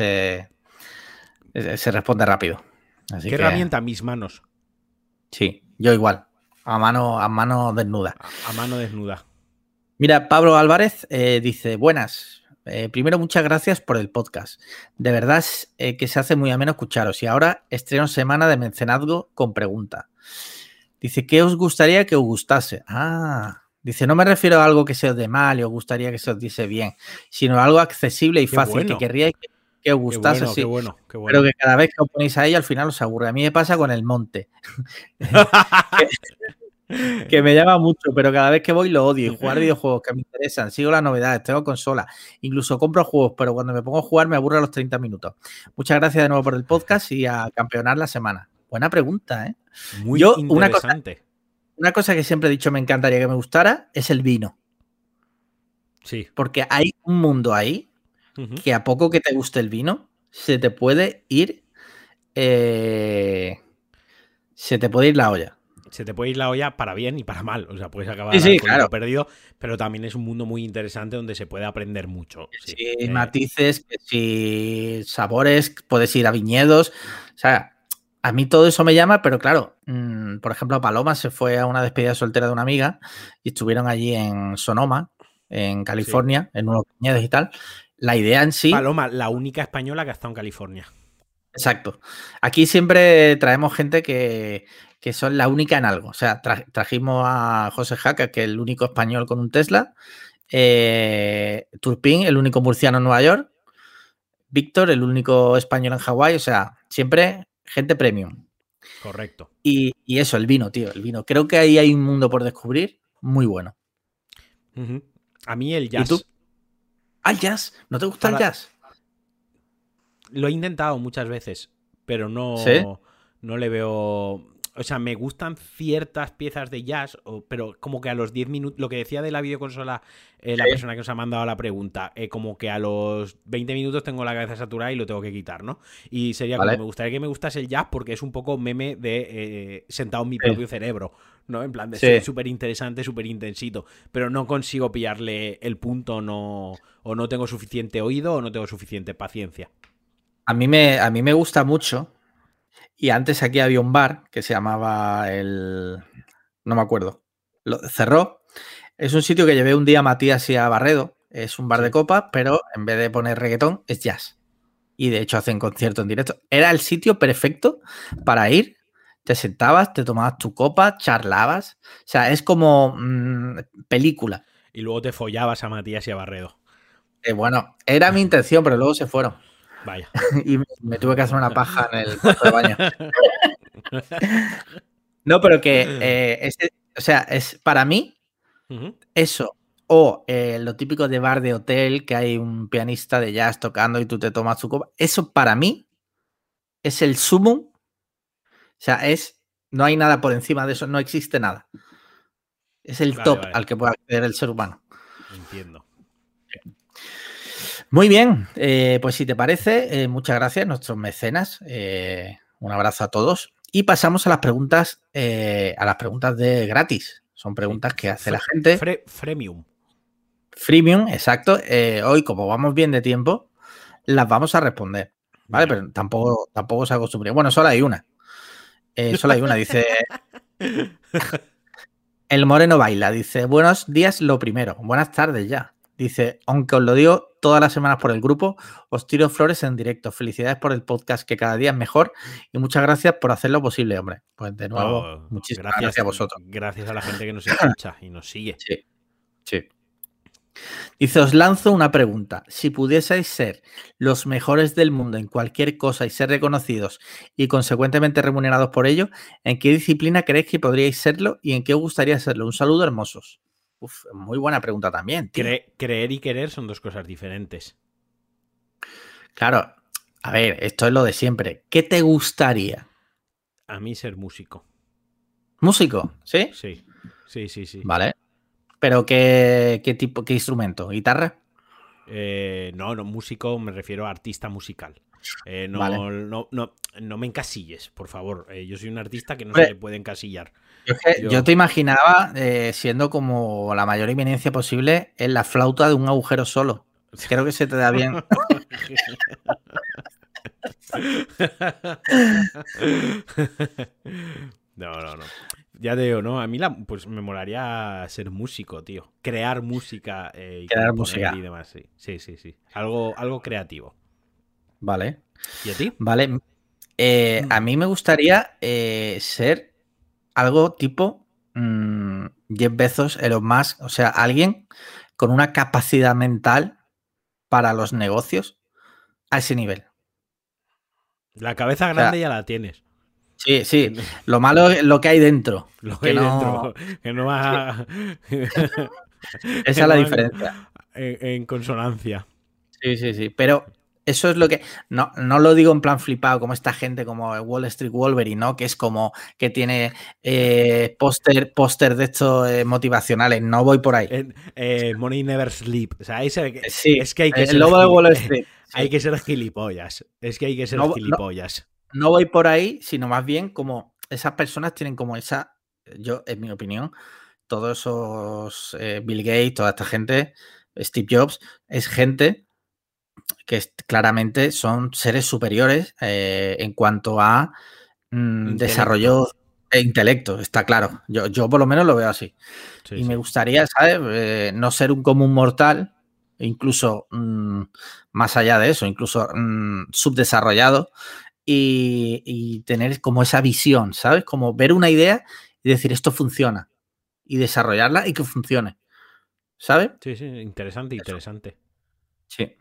se responde rápido. Así ¿Qué que herramienta? Mis manos. sí, yo igual. A mano desnuda. A mano desnuda. Mira, Pablo Álvarez dice: buenas. Primero, muchas gracias por el podcast. De verdad que se hace muy ameno escucharos. Y ahora estreno semana de mecenazgo con pregunta. Dice: ¿qué os gustaría que os gustase? Ah, dice: no me refiero a algo que se os dé mal y os gustaría que se os diese bien, sino a algo accesible y Qué fácil, que bueno. querríais que os Qué gustase, bueno, qué sí, bueno, qué pero bueno. que cada vez que os ponéis a ello al final os aburre. A mí me pasa con el monte. Que me llama mucho, pero cada vez que voy lo odio. Y jugar videojuegos que me interesan, sigo las novedades, tengo consola, incluso compro juegos, pero cuando me pongo a jugar me aburro a los 30 minutos. Muchas gracias de nuevo por el podcast y a campeonar la semana. Buena pregunta, ¿eh? Muy Yo, interesante. una cosa que siempre he dicho me encantaría que me gustara es el vino, Sí. porque hay un mundo ahí Ujú. que a poco que te guste el vino, eh, se te puede ir la olla. Se te puede ir la olla para bien y para mal. O sea, puedes Sí, acabar sí, claro. alcohólico perdido, pero también es un mundo muy interesante donde se puede aprender mucho. Sí. Si matices, que si sabores, puedes ir a viñedos. O sea, a mí todo eso me llama, pero claro, por ejemplo, Paloma se fue a una despedida soltera de una amiga y estuvieron allí en Sonoma, en Sí. California, en unos viñedos y tal. La idea en sí, Paloma, la única española que ha estado en California. exacto. Aquí siempre traemos gente que son la única en algo. O sea, trajimos a José Jaca, que es el único español con un Tesla. Turpin, el único murciano en Nueva York. Víctor, el único español en Hawái, o sea, siempre gente premium. Correcto. Y eso, el vino, tío, el vino. Creo que ahí hay un mundo por descubrir muy bueno. Ujú. A mí el ¿Y tú? jazz. ¿Ah, el jazz? ¿No te gusta el Para... jazz? Lo he intentado muchas veces, pero Sí, no le veo. O sea, me gustan ciertas piezas de jazz, pero como que a los 10 minutos. Lo que decía de la videoconsola la sí, persona que os ha mandado la pregunta, como que a los 20 minutos tengo la cabeza saturada y lo tengo que quitar, ¿no? Y sería como, vale. me gustaría que me gustase el jazz porque es un poco meme de sentado en mi Sí, propio cerebro, ¿no? En plan de sí. súper interesante, súper intensito, pero no consigo pillarle el punto, no, o no tengo suficiente oído o no tengo suficiente paciencia. A mí me gusta mucho. Y antes aquí había un bar que se llamaba el... No me acuerdo. Cerró. Es un sitio que llevé un día a Matías y a Barredo. Es un bar Sí. de copas, pero en vez de poner reggaetón, es jazz. Y de hecho hacen concierto en directo. Era el sitio perfecto para ir. Te sentabas, te tomabas tu copa, charlabas. O sea, es como película. Y luego te follabas a Matías y a Barredo. Bueno, era mi intención, pero luego se fueron. Vaya. Y me tuve que hacer una paja en el cuarto de baño. No, pero que o sea, es para mí eso. O lo típico de bar de hotel, que hay un pianista de jazz tocando y tú te tomas tu copa. Eso para mí es el sumum. O sea, no hay nada por encima de eso, no existe nada. Es el top al que puede acceder el ser humano. Entiendo. Muy bien, pues si te parece, muchas gracias, nuestros mecenas. Un abrazo a todos. Y pasamos a las preguntas de gratis. Son preguntas que hace la gente. Freemium. Freemium, exacto. Hoy, como vamos bien de tiempo, las vamos a responder. ¿Vale? Mira. Pero tampoco se acostumbre. Bueno, solo hay una. Dice. El Moreno baila. Dice, buenos días, lo primero. Buenas tardes ya. Dice, aunque os lo digo todas las semanas por el grupo, os tiro flores en directo. Felicidades por el podcast, que cada día es mejor, y muchas gracias por hacer lo posible, hombre. Pues de nuevo, muchísimas gracias a vosotros. Gracias a la gente que nos escucha y nos sigue. Sí. Dice, os lanzo una pregunta. Si pudieseis ser los mejores del mundo en cualquier cosa y ser reconocidos y consecuentemente remunerados por ello, ¿en qué disciplina creéis que podríais serlo y en qué os gustaría serlo? Un saludo, hermosos. Uf, muy buena pregunta también, tío. Creer y querer son dos cosas diferentes. Claro, a ver, esto es lo de siempre. ¿Qué te gustaría? A mí ser músico. ¿Músico? ¿Sí? Sí. Vale. ¿Pero qué tipo, qué instrumento? ¿Guitarra? No, músico, me refiero a artista musical. No me encasilles, por favor. Yo soy un artista que no se le puede encasillar. Yo te imaginaba siendo como la mayor eminencia posible en la flauta de un agujero solo. Creo que se te da bien. No. Ya te digo, ¿no? A mí pues me molaría ser músico, tío. Crear música y crear componer música y demás, sí. Algo creativo. Vale. ¿Y a ti? Vale. A mí me gustaría ser algo tipo Jeff Bezos, Elon Musk, o sea, alguien con una capacidad mental para los negocios a ese nivel. La cabeza grande ya la tienes. Sí. Lo malo es lo que hay dentro. Lo que hay dentro. Que no va. Esa es la diferencia. En consonancia. Sí. Pero eso es lo que. No lo digo en plan flipado, como esta gente, como Wall Street Wolverine, ¿no? Que es como que tiene póster de estos motivacionales. No voy por ahí. Money Never Sleep. O sea, es que hay que ser. El lobo de Wall Street. Hay que ser gilipollas. Es que hay que ser gilipollas. No voy por ahí, sino más bien como esas personas tienen como esa. Yo, en mi opinión, todos esos Bill Gates, toda esta gente, Steve Jobs, es gente que claramente son seres superiores en cuanto a desarrollo e intelecto, está claro. Yo por lo menos lo veo así. Sí. Me gustaría, ¿sabes? No ser un común mortal, incluso más allá de eso, incluso subdesarrollado y tener como esa visión, ¿sabes? Como ver una idea y decir esto funciona y desarrollarla y que funcione, ¿sabes? Sí, interesante. Sí.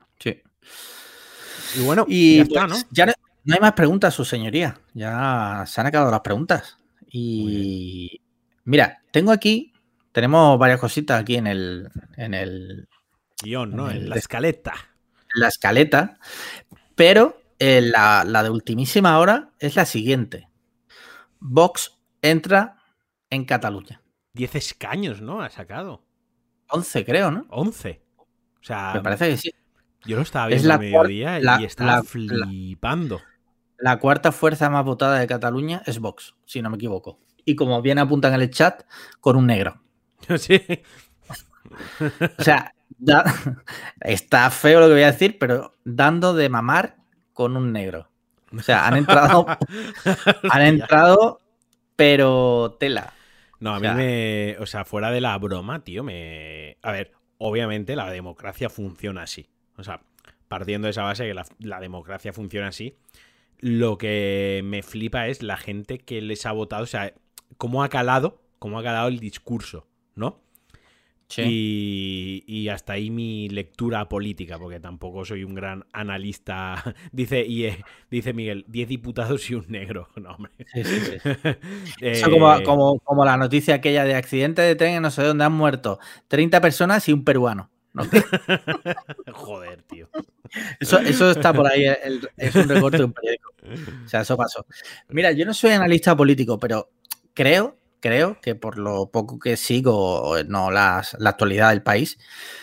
Y bueno, ya está, ¿no? Ya no hay más preguntas, su señoría. Ya se han acabado las preguntas. Y mira, tenemos varias cositas aquí en el guión, ¿no? En la escaleta. La escaleta, pero la de ultimísima hora es la siguiente. Vox entra en Cataluña. 10 escaños, ¿no? Ha sacado. 11, creo, ¿no? 11. O sea, me parece que sí. Yo lo estaba viendo a mediodía y estaba flipando. La cuarta fuerza más votada de Cataluña es Vox, si no me equivoco. Y como bien apuntan en el chat, con un negro. Sí. O sea, está feo lo que voy a decir, pero dando de mamar con un negro. O sea, han entrado, pero tela. No, a O mí sea, o sea, fuera de la broma, tío, a ver, obviamente la democracia funciona así. O sea, partiendo de esa base que la democracia funciona así, lo que me flipa es la gente que les ha votado, o sea, cómo ha calado el discurso, ¿no? sí. Y hasta ahí mi lectura política, porque tampoco soy un gran analista. Dice Miguel, 10 diputados y un negro. No, hombre. Sí, sí, sí. Eso Eh, como la noticia aquella de accidente de tren en no sé dónde han muerto 30 personas y un peruano. ¿No? ¿Qué? Joder, tío. Eso está por ahí, es un recorte de un periódico. O sea, eso pasó. Mira, yo no soy analista político, pero creo que por lo poco que sigo no la actualidad del país,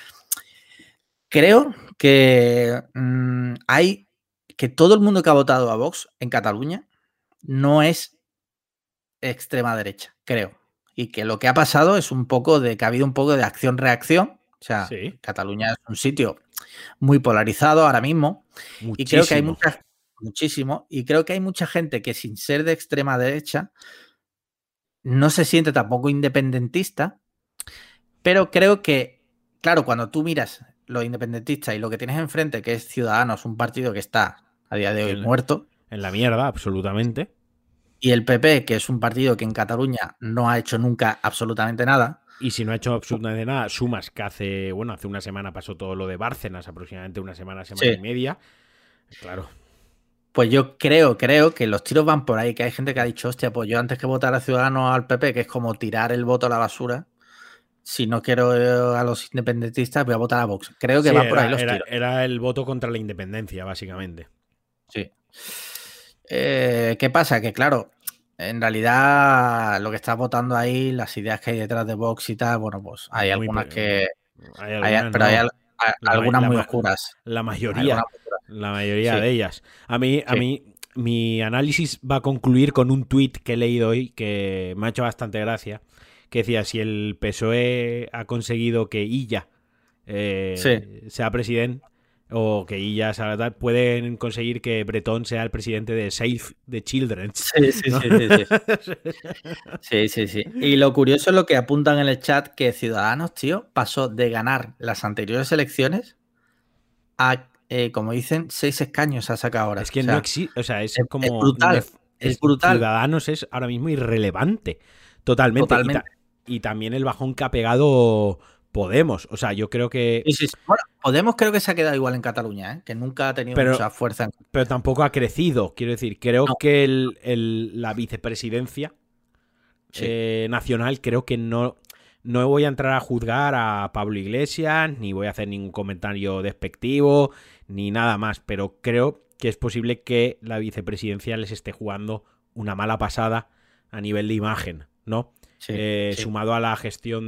creo que hay que todo el mundo que ha votado a Vox en Cataluña no es extrema derecha, creo. Y que lo que ha pasado es un poco de que ha habido un poco de acción-reacción. O sea, Sí, Cataluña es un sitio muy polarizado ahora mismo. Y creo que hay muchísimo. muchísimo, y creo que hay mucha gente que sin ser de extrema derecha no se siente tampoco independentista, pero creo que, claro, cuando tú miras los independentistas y lo que tienes enfrente, que es Ciudadanos, un partido que está a día de hoy En, muerto, en la mierda, absolutamente. y el PP, que es un partido que en Cataluña no ha hecho nunca absolutamente nada, Y si no ha hecho absolutamente nada, sumas que hace una semana pasó todo lo de Bárcenas, aproximadamente una semana sí, y media. Claro. pues yo creo que los tiros van por ahí, que hay gente que ha dicho, hostia, pues yo antes que votar a Ciudadanos al PP, que es como tirar el voto a la basura, si no quiero a los independentistas, voy a votar a Vox. Creo que Sí, va por ahí los tiros. era el voto contra la independencia, básicamente. Sí. ¿Qué pasa? Que claro, en realidad lo que estás votando ahí, las ideas que hay detrás de Vox y tal, bueno, pues hay Muy. algunas que... Hay algunas, pero hay no. La, algunas muy oscuras. la Hay algunas mayoría. muy oscuras. La mayoría Sí, de ellas. A sí. mí, mi análisis va a concluir con un tuit que he leído hoy que me ha hecho bastante gracia. Que decía: si el PSOE ha conseguido que Illa Sí. sea presidente, o que Illa sea tal, pueden conseguir que Bretón sea el presidente de Save the Children, Sí, sí, ¿no? sí, sí, sí. Sí, sí, sí. Y lo curioso es lo que apuntan en el chat, que Ciudadanos, tío, pasó de ganar las anteriores elecciones a, como dicen, 6 escaños ha sacado Es ahora. O que no sea, existe, o sea, es es como brutal. Es brutal. Ciudadanos es ahora mismo irrelevante, totalmente. Totalmente. Y también el bajón que ha pegado Podemos. O sea, yo creo que, Sí, sí, sí. Bueno, Podemos creo que se ha quedado igual en Cataluña, ¿eh? Que nunca ha tenido pero, mucha fuerza. pero tampoco ha crecido. Quiero decir, creo No, que la vicepresidencia sí. nacional, creo que no voy a entrar a juzgar a Pablo Iglesias, ni voy a hacer ningún comentario despectivo, ni nada más, pero creo que es posible que la vicepresidencia les esté jugando una mala pasada a nivel de imagen, ¿no? Sí, sí. Sumado a la gestión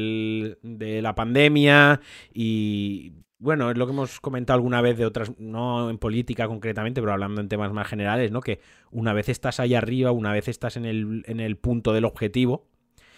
de la pandemia y bueno, es lo que hemos comentado alguna vez de otras, no en política concretamente, pero hablando en temas más generales, ¿no? Que una vez estás ahí arriba, una vez estás en el punto del objetivo,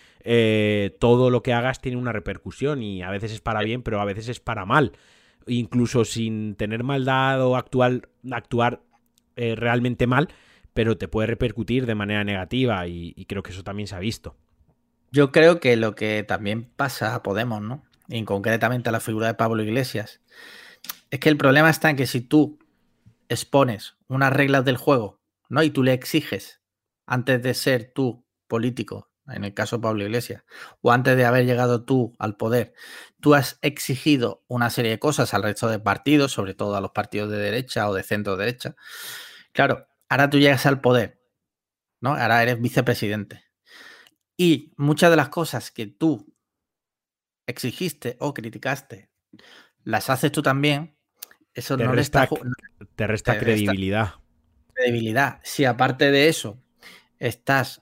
todo lo que hagas tiene una repercusión y a veces es para bien, pero a veces es para mal. Incluso sin tener maldad o actuar realmente mal, pero te puede repercutir de manera negativa y creo que eso también se ha visto. Yo creo que lo que también pasa a Podemos, ¿no? Y concretamente a la figura de Pablo Iglesias, es que el problema está en que si tú expones unas reglas del juego, ¿no? Y tú le exiges, antes de ser tú político, en el caso de Pablo Iglesias, o antes de haber llegado tú al poder, tú has exigido una serie de cosas al resto de partidos, sobre todo a los partidos de derecha o de centro derecha. Claro, ahora tú llegas al poder, ¿no? Ahora eres vicepresidente. Y muchas de las cosas que tú exigiste o criticaste, las haces tú también, eso Te no le está, resta, te resta te resta credibilidad. credibilidad. Si aparte de eso estás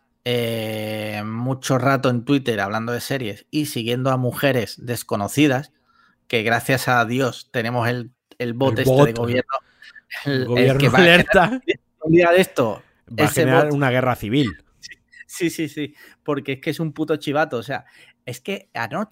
mucho rato en Twitter hablando de series y siguiendo a mujeres desconocidas, que gracias a Dios tenemos el El bot este de bot, gobierno, el el que gobierno va a generar alerta, un día de esto, va a ese generar bot. una guerra civil. Sí, sí, sí, porque es que es un puto chivato. O sea, es que anoche.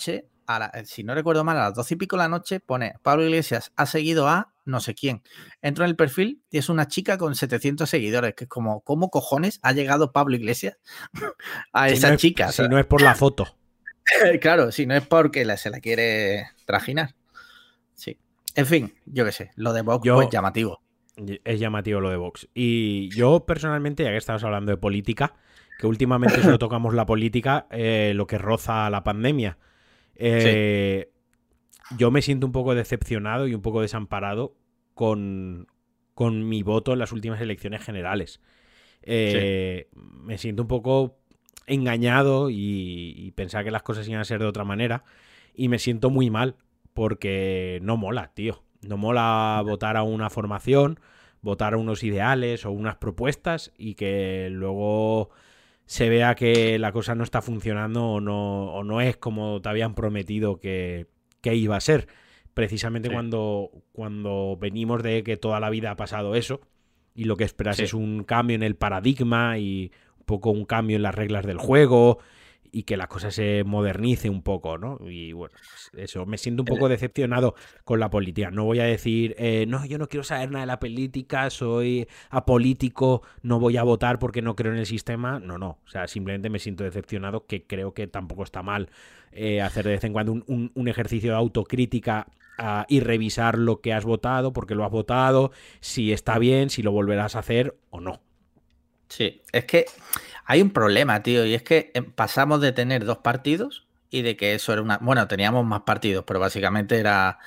si no recuerdo mal, a las 12 y pico de la noche pone Pablo Iglesias ha seguido a no sé quién. Entro en el perfil y es una chica con 700 seguidores, que es como, ¿cómo cojones ha llegado Pablo Iglesias a esa chica? O sea, Si no es por la foto. claro, si no es porque se la quiere trajinar. Sí. En fin, yo qué sé, lo de Vox, pues llamativo. Es llamativo lo de Vox. Y yo personalmente, ya que estamos hablando de política, que últimamente solo tocamos la política, lo que roza la pandemia. Sí. Yo me siento un poco decepcionado y un poco desamparado con mi voto en las últimas elecciones generales. Sí. Me siento un poco engañado y pensaba que las cosas iban a ser de otra manera. Y me siento muy mal porque no mola, tío. No mola votar a una formación, votar a unos ideales o unas propuestas y que luego se vea que la cosa no está funcionando o no es como te habían prometido que iba a ser. Precisamente Sí. cuando venimos de que toda la vida ha pasado eso y lo que esperas Sí. es un cambio en el paradigma y un poco un cambio en las reglas del juego y que la cosa se modernice un poco, ¿no? Y bueno, pues eso, me siento un poco decepcionado con la política. No voy a decir, no, yo no quiero saber nada de la política, soy apolítico, no voy a votar porque no creo en el sistema. No, no, o sea, simplemente me siento decepcionado, que creo que tampoco está mal hacer de vez en cuando un ejercicio de autocrítica y revisar lo que has votado, por qué lo has votado, si está bien, si lo volverás a hacer o no. Sí, es que hay un problema, tío, y es que pasamos de tener dos partidos y de que eso era una... Bueno, teníamos más partidos, pero básicamente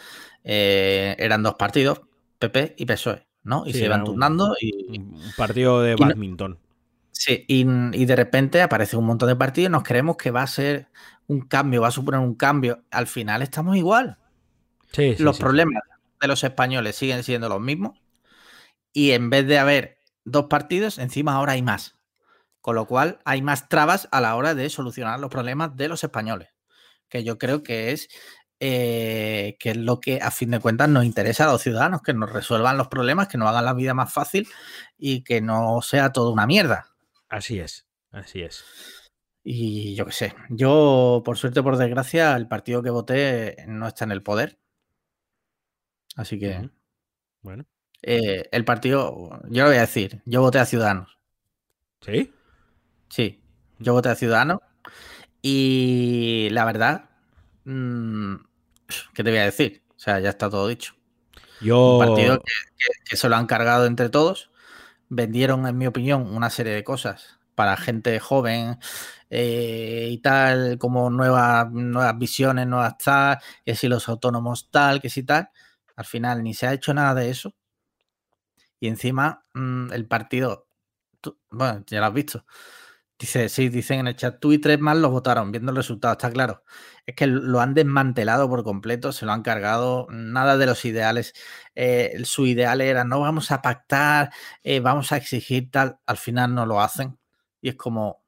eran dos partidos, PP y PSOE, ¿no? Y Sí, se iban era turnando un partido de y no- bádminton. sí, y de repente aparece un montón de partidos, nos creemos que va a ser un cambio, va a suponer un cambio. Al final estamos igual. Sí, sí, Los sí, sí. problemas de los españoles siguen siendo los mismos y en vez de haber dos partidos, encima ahora hay más. Con lo cual hay más trabas a la hora de solucionar los problemas de los españoles, que yo creo que es lo que a fin de cuentas nos interesa a los ciudadanos, que nos resuelvan los problemas, que nos hagan la vida más fácil y que no sea todo una mierda. Así es, así es. Y yo qué sé, yo por suerte o por desgracia el partido que voté no está en el poder, así que Bueno. el partido, yo lo voy a decir, yo voté a Ciudadanos. ¿Sí? Sí, yo voté a Ciudadanos y la verdad, mmm, ¿qué te voy a decir? O sea, ya está todo dicho. Un partido Yo... que se lo han cargado entre todos. Vendieron, en mi opinión, una serie de cosas para gente joven y tal, como nuevas visiones, nuevas tal, que si los autónomos tal, que si tal. Al final ni se ha hecho nada de eso. Y encima el partido, bueno, ya lo has visto. Dice, sí, dicen en el chat, tú y tres más los votaron, viendo el resultado, está claro. Es que lo han desmantelado por completo, se lo han cargado, nada de los ideales. Su ideal era, no vamos a pactar, vamos a exigir tal, al final no lo hacen. Y es como,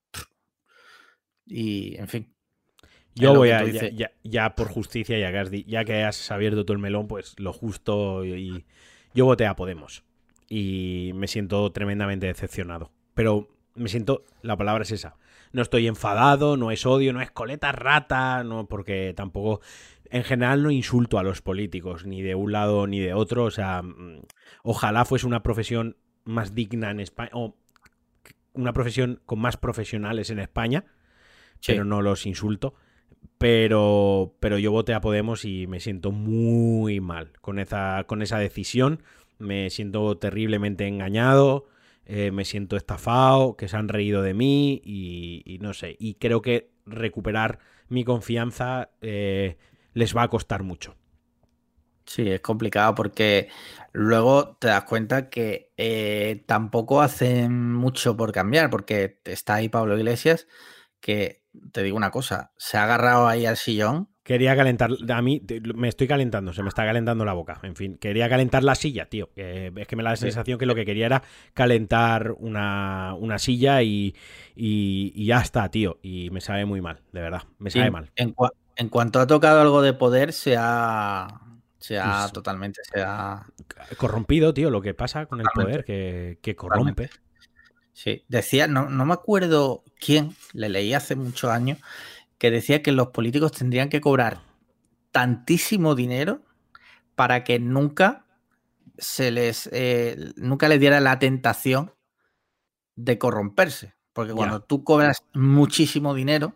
y en fin, es Yo lo voy que a, tú dices. ya por justicia, ya que has abierto tú el melón, pues lo justo y yo voté a Podemos y me siento tremendamente decepcionado. Pero me siento, la palabra es esa. No estoy enfadado, no es odio, no es coleta rata, no, porque tampoco, en general no insulto a los políticos, ni de un lado ni de otro. O sea, ojalá fuese una profesión más digna en España, o una profesión con más profesionales en España, pero Sí, no los insulto. Pero yo voté a Podemos y me siento muy mal con esa decisión. Me siento terriblemente engañado, me siento estafado, que se han reído de mí y no sé. Y creo que recuperar mi confianza les va a costar mucho. sí, es complicado porque luego te das cuenta que tampoco hacen mucho por cambiar, porque está ahí Pablo Iglesias, que te digo una cosa, se ha agarrado ahí al sillón. Quería calentar, a mí me estoy calentando, se me está calentando la boca. En fin, quería calentar la silla, tío. Es que me da la Sí. sensación que lo que quería era calentar una silla y ya está, tío. Y me sabe muy mal, de verdad. Me Y sabe mal. en cuanto ha tocado algo de poder, se ha Es totalmente, se ha corrompido, tío, lo que pasa con el totalmente, poder, que totalmente. corrompe. Sí, decía, no me acuerdo quién, le leí hace muchos años, que decía que los políticos tendrían que cobrar tantísimo dinero para que nunca nunca les diera la tentación de corromperse. Porque cuando tú cobras muchísimo dinero,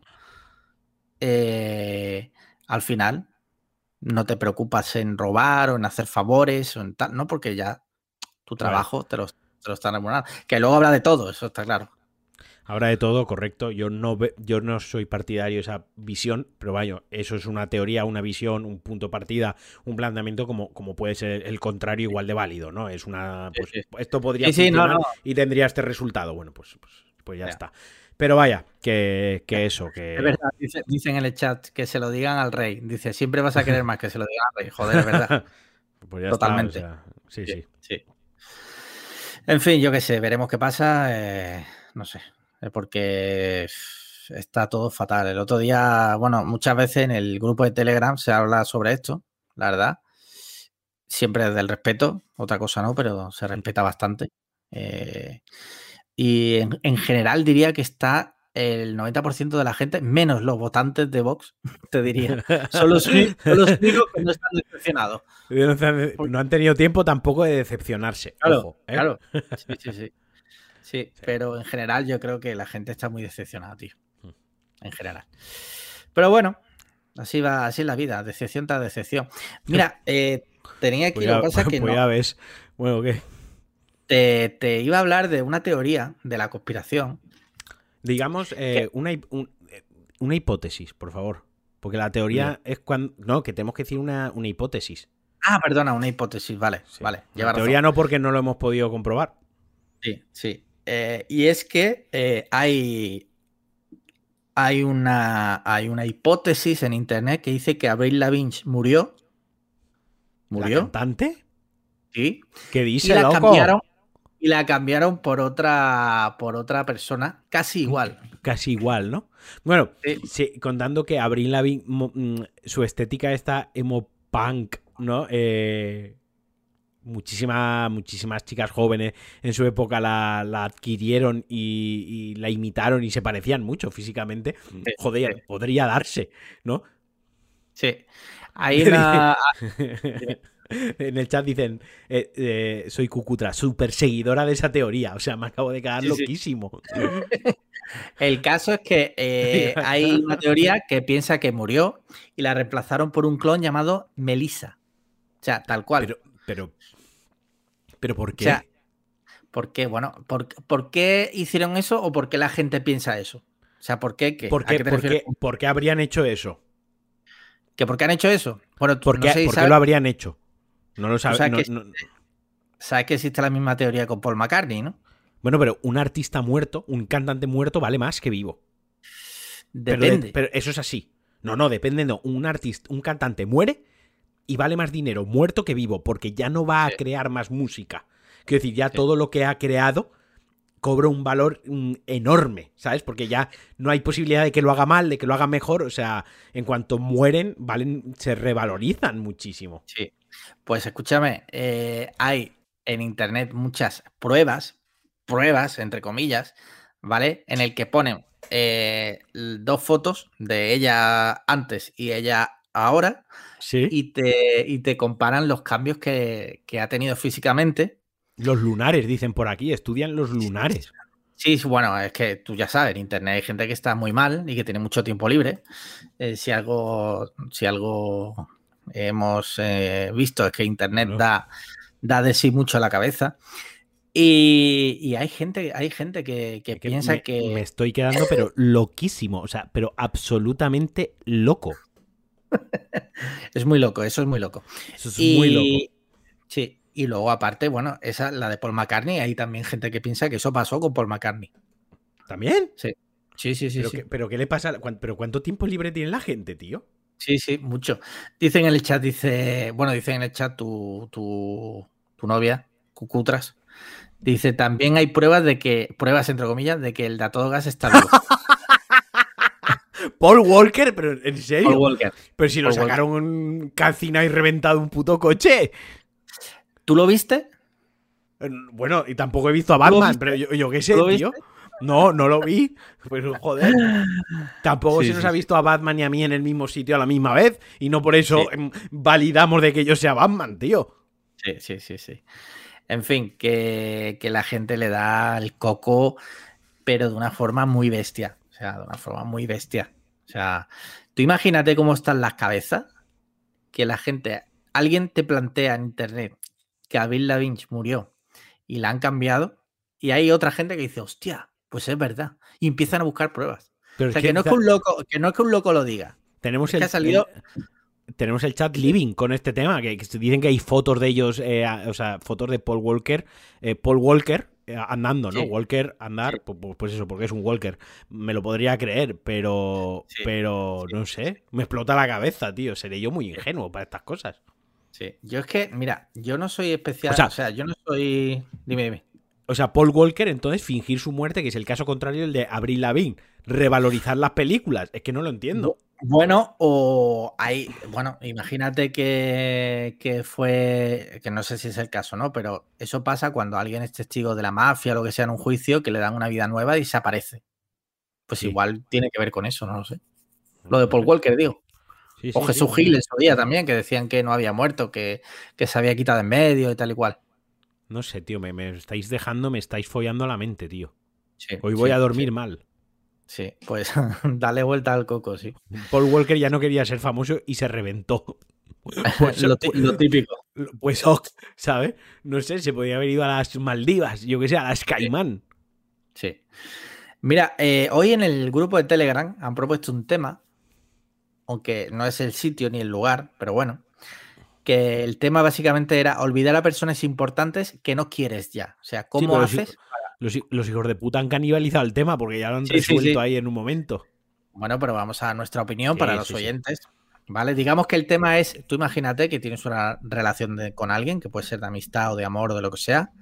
al final no te preocupas en robar o en hacer favores o en tal, ¿no? Porque ya tu trabajo te lo están remunerando. Que luego habrá de todo, eso está claro. Habrá de todo, correcto. Yo no soy partidario de esa visión, pero vaya, eso es una teoría, una visión, un punto de partida, un planteamiento como puede ser el contrario igual de válido, ¿no? Es una... Pues, esto podría funcionar y tendría este resultado. Bueno, pues ya está. Pero vaya, que eso, que... Es verdad, dicen en el chat que se lo digan al rey. Dice, siempre vas a querer más que se lo digan al rey. Joder, es verdad. Pues ya totalmente. Está, o sea, sí. En fin, yo qué sé, veremos qué pasa. No sé, porque está todo fatal. El otro día, bueno, muchas veces en el grupo de Telegram se habla sobre esto, la verdad. Siempre desde el respeto, otra cosa no, pero se respeta bastante. Y en general diría que está el 90% de la gente, menos los votantes de Vox, te diría. Son los únicos que no están decepcionados. No han tenido tiempo tampoco de decepcionarse. Claro, ojo, claro. Sí, pero en general yo creo que la gente está muy decepcionada, tío. En general. Pero bueno, así es la vida, decepción tras decepción. Mira, tenía aquí, lo que pasa es que pues no. Ya ves. Bueno, ¿qué? Te iba a hablar de una teoría de la conspiración. Digamos, una hipótesis, por favor. Porque la teoría es cuando... No, que tenemos que decir una hipótesis. Ah, perdona, una hipótesis, vale. Sí. Vale. La teoría no, porque no lo hemos podido comprobar. Sí. Y es que hay una hipótesis en internet que dice que Avril Lavigne murió. ¿La cantante? Sí. ¿Qué dice, loco? Y la cambiaron por otra persona, casi igual. Casi igual, ¿no? Bueno, sí, contando que Avril Lavigne, su estética está emo punk, ¿no? Muchísimas chicas jóvenes en su época la adquirieron y la imitaron y se parecían mucho físicamente. Joder, podría darse, ¿no? Sí. Ahí la... En el chat dicen, soy Cucutra, súper seguidora de esa teoría. O sea, me acabo de quedar loquísimo. El caso es que hay una teoría que piensa que murió y la reemplazaron por un clon llamado Melissa. O sea, tal cual. Pero ¿por qué? O sea, ¿por qué? Bueno, ¿por qué hicieron eso o por qué la gente piensa eso? O sea, ¿por qué? ¿Por qué habrían hecho eso? ¿Que por qué han hecho eso? Bueno, ¿Por qué lo habrían hecho? No lo sabes. Sabes que existe la misma teoría con Paul McCartney, ¿no? Bueno, pero un artista muerto, un cantante muerto, vale más que vivo. Depende. Pero eso es así. No, depende. No. Un cantante muere y vale más dinero muerto que vivo, porque ya no va a crear más música. Quiero decir, ya todo lo que ha creado cobra un valor enorme, ¿sabes? Porque ya no hay posibilidad de que lo haga mal, de que lo haga mejor. O sea, en cuanto mueren, se revalorizan muchísimo. Sí. Pues escúchame, hay en internet muchas pruebas, entre comillas, ¿vale? En el que ponen 2 fotos de ella antes y ella ahora. ¿Sí? Y te comparan los cambios que ha tenido físicamente. Los lunares, dicen por aquí, estudian los lunares. Sí, bueno, es que tú ya sabes, en internet hay gente que está muy mal y que tiene mucho tiempo libre. Si algo hemos visto es que internet da de sí mucho a la cabeza. Y hay gente que piensa que... Me estoy quedando pero loquísimo, o sea, pero absolutamente loco. Es muy loco, eso es muy loco. Eso es muy loco. Sí, y luego aparte, bueno, esa, la de Paul McCartney, hay también gente que piensa que eso pasó con Paul McCartney. ¿También? Sí. ¿Pero qué le pasa? ¿Pero cuánto tiempo libre tiene la gente, tío? Sí, mucho. Dicen en el chat, tu novia, Cucutras, dice, también hay pruebas entre comillas, de que el de A Todo Gas está vivo. Paul Walker, pero ¿en serio? Paul Walker. Pero si lo sacaron calcinado y reventado un puto coche. ¿Tú lo viste? Bueno, y tampoco he visto a Batman, pero yo qué sé, tío. No, no lo vi. Pues joder. Tampoco Sí, se nos sí, ha sí. visto a Batman y a mí en el mismo sitio a la misma vez. Y no por eso Sí, validamos de que yo sea Batman, tío. sí, sí, sí, sí. En fin, que la gente le da el coco, pero de una forma muy bestia. O sea, de una forma muy bestia. O sea, tú imagínate cómo están las cabezas, que la gente, alguien te plantea en internet que Avril Lavigne murió y la han cambiado, y hay otra gente que dice, hostia, pues es verdad. Y empiezan a buscar pruebas. Pero O es sea, que que no es que un loco lo diga. tenemos Es que ha salido. tenemos el chat Sí, living con este tema, que se dicen que hay fotos de ellos, o sea, fotos de Paul Walker andando, ¿no? sí, Walker sí, andar, pues eso, porque es un Walker. Me lo podría creer, sí, pero sí, no sé, me explota la cabeza, tío. Seré yo muy sí. ingenuo para estas cosas. Sí. Yo es que, mira, yo no soy O especial, o sea, sea, yo no soy. Dime, dime. Paul Walker, entonces fingir su muerte, que es el caso contrario del de Avril Lavigne, revalorizar las películas, es que no lo entiendo. Bueno, o hay, bueno, imagínate que fue, que no sé si es el caso, ¿no? Pero eso pasa cuando alguien es testigo de la mafia o lo que sea en un juicio, que le dan una vida nueva y se aparece. Pues Sí, igual tiene que ver con eso, no lo sé. Lo de no Paul sé. Walker, digo. Sí, O sí, sí. Jesús Gil en su día también, que decían que no había muerto, que se había quitado en medio y tal y cual. No sé, tío, me estáis dejando, me estáis follando la mente, tío. Sí, Hoy voy a sí, sí, dormir mal. sí. Pues dale vuelta al coco, sí. Paul Walker ya no quería ser famoso y se reventó. Pues, Lo típico. pues, ¿sabes? No sé, se podía haber ido a las Maldivas, yo que sé, a las Sí, Caimán. sí. Mira, hoy en el grupo de Telegram han propuesto un tema, aunque no es el sitio ni el lugar, pero bueno, que el tema básicamente era olvidar a personas importantes que no quieres ya. O sea, Sí, ¿cómo pero haces? los hijos de puta han canibalizado el tema porque ya lo han Sí, sí, resuelto sí. ahí en un momento. Bueno, pero vamos a nuestra opinión para Sí, los sí, sí. oyentes. ¿Vale? Digamos que el tema es, tú imagínate que tienes una relación con alguien, que puede ser de amistad o de amor o de lo que sea,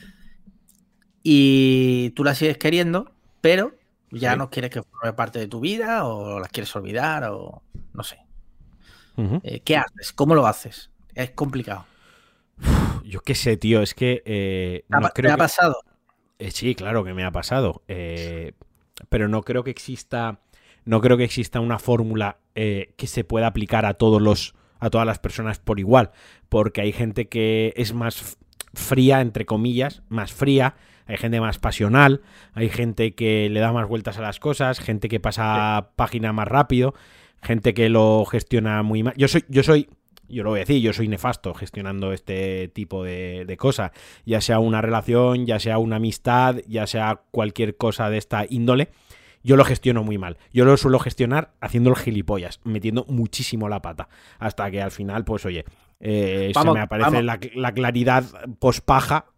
y tú la sigues queriendo, pero ya Sí. no quieres que forme parte de tu vida o la quieres olvidar o no sé. Ujú. ¿Qué haces? ¿Cómo lo haces? Es complicado. Yo qué sé, tío, es que no ¿Te creo ha que... pasado? Sí, claro que me ha pasado. Pero no creo que exista. No creo que exista una fórmula que se pueda aplicar a todas las personas por igual. Porque hay gente que es más fría, entre comillas, más fría. Hay gente más pasional. Hay gente que le da más vueltas a las cosas. Gente que Sí. pasa página más rápido. Gente que lo gestiona muy mal. Yo lo voy a decir, yo soy nefasto gestionando este tipo de cosas, ya sea una relación, ya sea una amistad, ya sea cualquier cosa de esta índole, yo lo gestiono muy mal. Yo lo suelo gestionar haciendo el gilipollas, metiendo muchísimo la pata, hasta que al final, pues oye, se Vamos, me aparece vamos. la claridad pospaja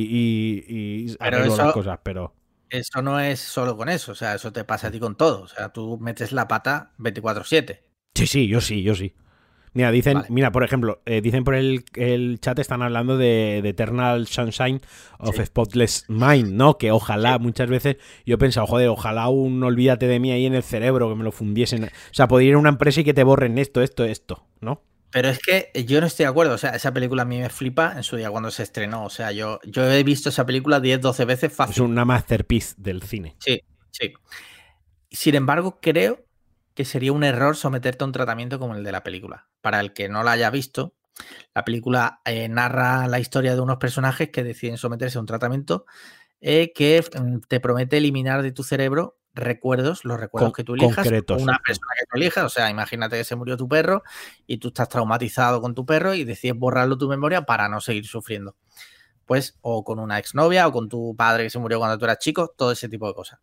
y Pero arreglo las cosas, pero... eso no es solo con eso. O sea, eso te pasa a ti con todo. O sea, tú metes la pata 24/7. Sí, sí, yo sí, yo sí. Vale. Mira, por ejemplo, dicen por el chat, están hablando de Eternal Sunshine of Sí, Spotless Mind, ¿no? Que sí. ojalá, muchas veces, yo he pensado, joder, ojalá un olvídate de mí ahí en el cerebro, que me lo fundiesen. O sea, poder ir a una empresa y que te borren esto, ¿no? Pero es que yo no estoy de acuerdo. O sea, esa película a mí me flipa en su día cuando se estrenó. O sea, yo he visto esa película 10 12 veces Es fácil. una masterpiece del cine. Sí, sí. Sin embargo, creo que sería un error someterte a un tratamiento como el de la película. Para el que no la haya visto, la película narra la historia de unos personajes que deciden someterse a un tratamiento que te promete eliminar de tu cerebro recuerdos, los recuerdos que tú elijas, o Concretos. una persona que tú elijas. O sea, imagínate que se murió tu perro y tú estás traumatizado con tu perro y decides borrarlo de tu memoria para no seguir sufriendo. Pues, o con una exnovia, o con tu padre que se murió cuando tú eras chico, todo ese tipo de cosas.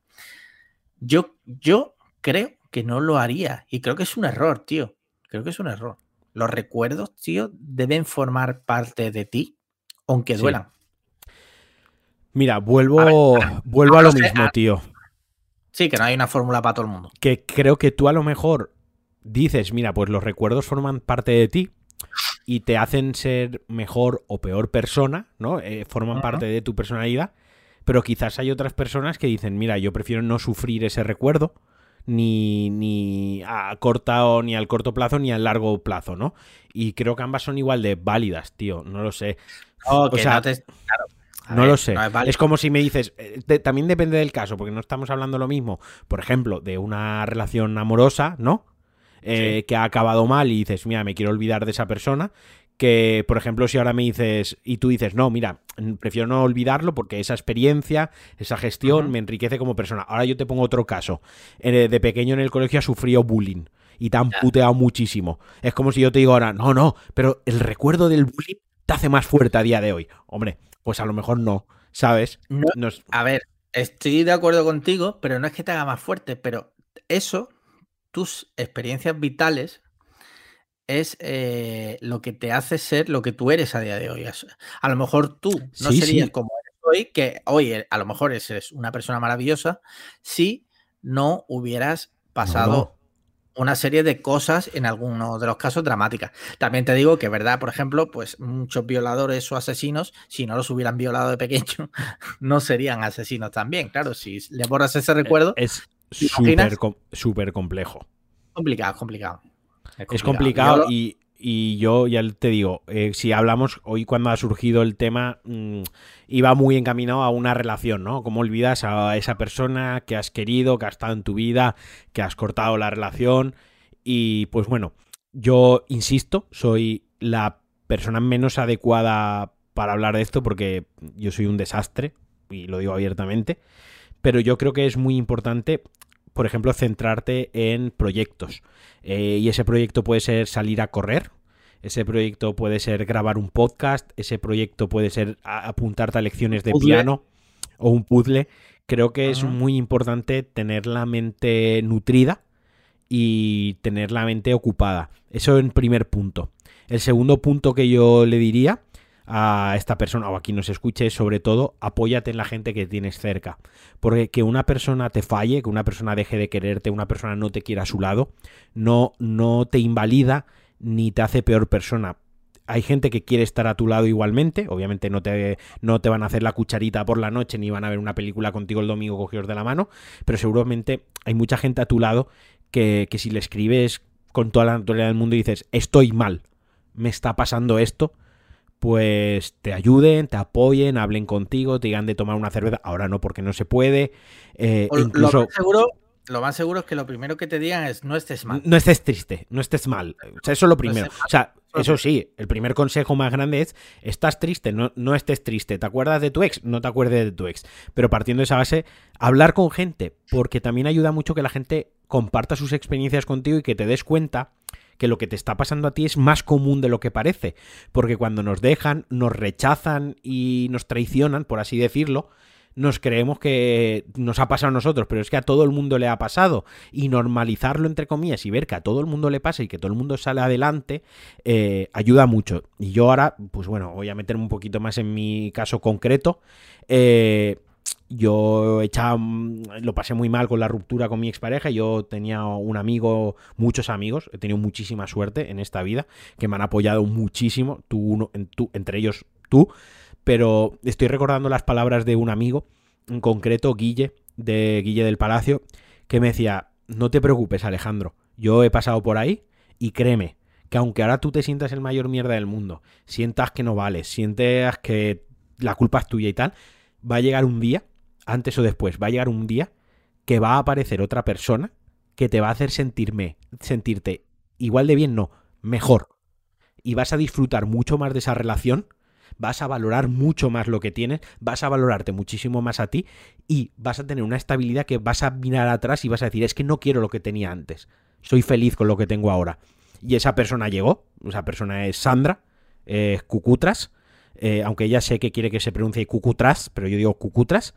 Yo creo que no lo haría y creo que es un error, tío. Creo que es un error. Los recuerdos, tío, deben formar parte de ti, aunque Sí. duelan. Mira, A ver, no vuelvo a me lo lo sé. mismo, tío. Sí, que no hay una fórmula para todo el mundo. Que creo que tú a lo mejor dices, mira, pues los recuerdos forman parte de ti y te hacen ser mejor o peor persona, ¿no? Forman Ujú. parte de tu personalidad, pero quizás hay otras personas que dicen, mira, yo prefiero no sufrir ese recuerdo ni a corto ni al corto plazo ni al largo plazo, ¿no? Y creo que ambas son igual de válidas, tío, no lo sé. No, O que no sea, te. Claro. No lo sé. No es válido. Es como si me dices, también depende del caso, porque no estamos hablando lo mismo, por ejemplo, de una relación amorosa, ¿no? Sí. Que ha acabado mal y dices, mira, me quiero olvidar de esa persona, que, por ejemplo, si ahora me dices, y tú dices, no, mira, prefiero no olvidarlo porque esa experiencia, esa gestión Ujú. me enriquece como persona. Ahora yo te pongo otro caso. De pequeño en el colegio has sufrido bullying y te han Ya. puteado muchísimo. Es como si yo te digo ahora, no, no, pero el recuerdo del bullying te hace más fuerte a día de hoy. Hombre, pues a lo mejor no, ¿sabes? No, Nos... a ver, estoy de acuerdo contigo, pero no es que te haga más fuerte, pero eso, tus experiencias vitales, es lo que te hace ser lo que tú eres a día de hoy. A lo mejor tú no Sí, serías sí. como eres hoy, que hoy a lo mejor eres una persona maravillosa, si no hubieras No, no. pasado una serie de cosas, en algunos de los casos dramáticas. También te digo que, verdad, por ejemplo, pues muchos violadores o asesinos, si no los hubieran violado de pequeño, no serían asesinos también. Claro, si le borras ese recuerdo, Es ¿te imaginas? súper complejo. Complicado, es complicado. Es Es complicado. complicado y yo ya te digo, si hablamos hoy cuando ha surgido el tema, iba muy encaminado a una relación, ¿no? ¿Cómo olvidas a esa persona que has querido, que ha estado en tu vida, que has cortado la relación? Y pues bueno, yo insisto, soy la persona menos adecuada para hablar de esto porque yo soy un desastre, y lo digo abiertamente, pero yo creo que es muy importante, por ejemplo, centrarte en proyectos. Y ese proyecto puede ser salir a correr, ese proyecto puede ser grabar un podcast, ese proyecto puede ser apuntarte a lecciones de puzzle. piano o un puzzle. Creo que es Ujú. muy importante tener la mente nutrida y tener la mente ocupada. Eso en primer punto. El segundo punto que yo le diría a esta persona o a quien nos escuche es, sobre todo, apóyate en la gente que tienes cerca. Porque que una persona te falle, que una persona deje de quererte, una persona no te quiera a su lado, no te invalida ni te hace peor persona. Hay gente que quiere estar a tu lado igualmente, obviamente no te van a hacer la cucharita por la noche ni van a ver una película contigo el domingo cogidos de la mano, pero seguramente hay mucha gente a tu lado que si le escribes con toda la naturalidad del mundo y dices, estoy mal, me está pasando esto, pues te ayuden, te apoyen, hablen contigo, te digan de tomar una cerveza. Ahora no, porque no se puede. Incluso Lo más seguro es que lo primero que te digan es no estés mal. no estés triste, no estés mal. O sea, eso es lo No primero. estés O sea, mal. eso sí, el primer consejo más grande es, estás triste, no estés triste. ¿Te acuerdas de tu ex? No te acuerdes de tu ex. Pero partiendo de esa base, hablar con gente, porque también ayuda mucho que la gente comparta sus experiencias contigo y que te des cuenta que lo que te está pasando a ti es más común de lo que parece. Porque cuando nos dejan, nos rechazan y nos traicionan, por así decirlo, nos creemos que nos ha pasado a nosotros, pero es que a todo el mundo le ha pasado. Y normalizarlo, entre comillas, y ver que a todo el mundo le pasa y que todo el mundo sale adelante, ayuda mucho. Y yo ahora, pues bueno, voy a meterme un poquito más en mi caso concreto. Yo lo pasé muy mal con la ruptura con mi expareja. Yo tenía un amigo, muchos amigos, he tenido muchísima suerte en esta vida, que me han apoyado muchísimo, entre ellos tú. Pero estoy recordando las palabras de un amigo, en concreto Guille, de Guille del Palacio, que me decía, no te preocupes, Alejandro, yo he pasado por ahí y créeme, que aunque ahora tú te sientas el mayor mierda del mundo, sientas que no vales, sientas que la culpa es tuya y tal, va a llegar un día, antes o después, va a llegar un día que va a aparecer otra persona que te va a hacer sentirte igual de bien, no, mejor. Y vas a disfrutar mucho más de esa relación, vas a valorar mucho más lo que tienes, vas a valorarte muchísimo más a ti y vas a tener una estabilidad que vas a mirar atrás y vas a decir, es que no quiero lo que tenía antes, soy feliz con lo que tengo ahora. Y esa persona llegó, esa persona es Sandra, Cucutras, aunque ella sé que quiere que se pronuncie Cucutras, pero yo digo Cucutras,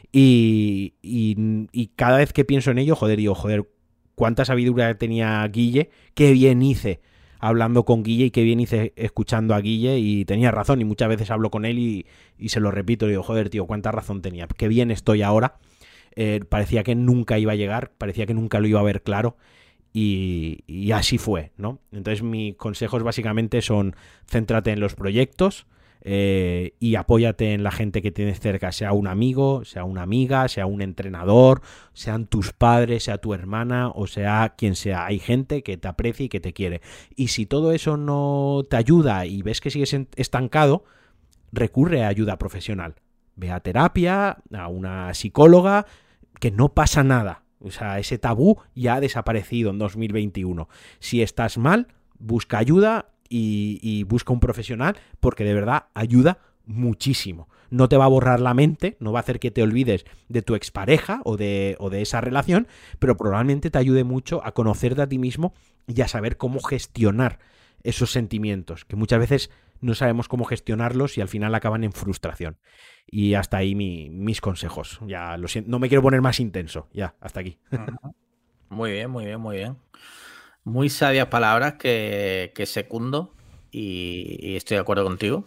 y cada vez que pienso en ello, digo, cuánta sabiduría tenía Guille, qué bien hice hablando con Guille y qué bien hice escuchando a Guille, y tenía razón, y muchas veces hablo con él y se lo repito, digo, joder, tío, cuánta razón tenía, qué bien estoy ahora. Parecía que nunca iba a llegar, parecía que nunca lo iba a ver claro, y así fue, ¿no? Entonces mis consejos básicamente son, céntrate en los proyectos, y apóyate en la gente que tienes cerca, sea un amigo, sea una amiga, sea un entrenador, sean tus padres, sea tu hermana o sea quien sea. Hay gente que te aprecia y que te quiere. Y si todo eso no te ayuda y ves que sigues estancado, recurre a ayuda profesional. ve a terapia, a una psicóloga, que no pasa nada. O sea, ese tabú ya ha desaparecido en 2021. Si estás mal, busca ayuda y busca un profesional, porque de verdad ayuda muchísimo. No te va a borrar la mente, no va a hacer que te olvides de tu expareja o de esa relación, pero probablemente te ayude mucho a conocerte a ti mismo y a saber cómo gestionar esos sentimientos, que muchas veces no sabemos cómo gestionarlos y al final acaban en frustración. Y hasta ahí mis consejos. Ya lo siento, no me quiero poner más intenso. Ya, hasta aquí. Muy bien, muy bien, muy bien. Muy sabias palabras que secundo y estoy de acuerdo contigo.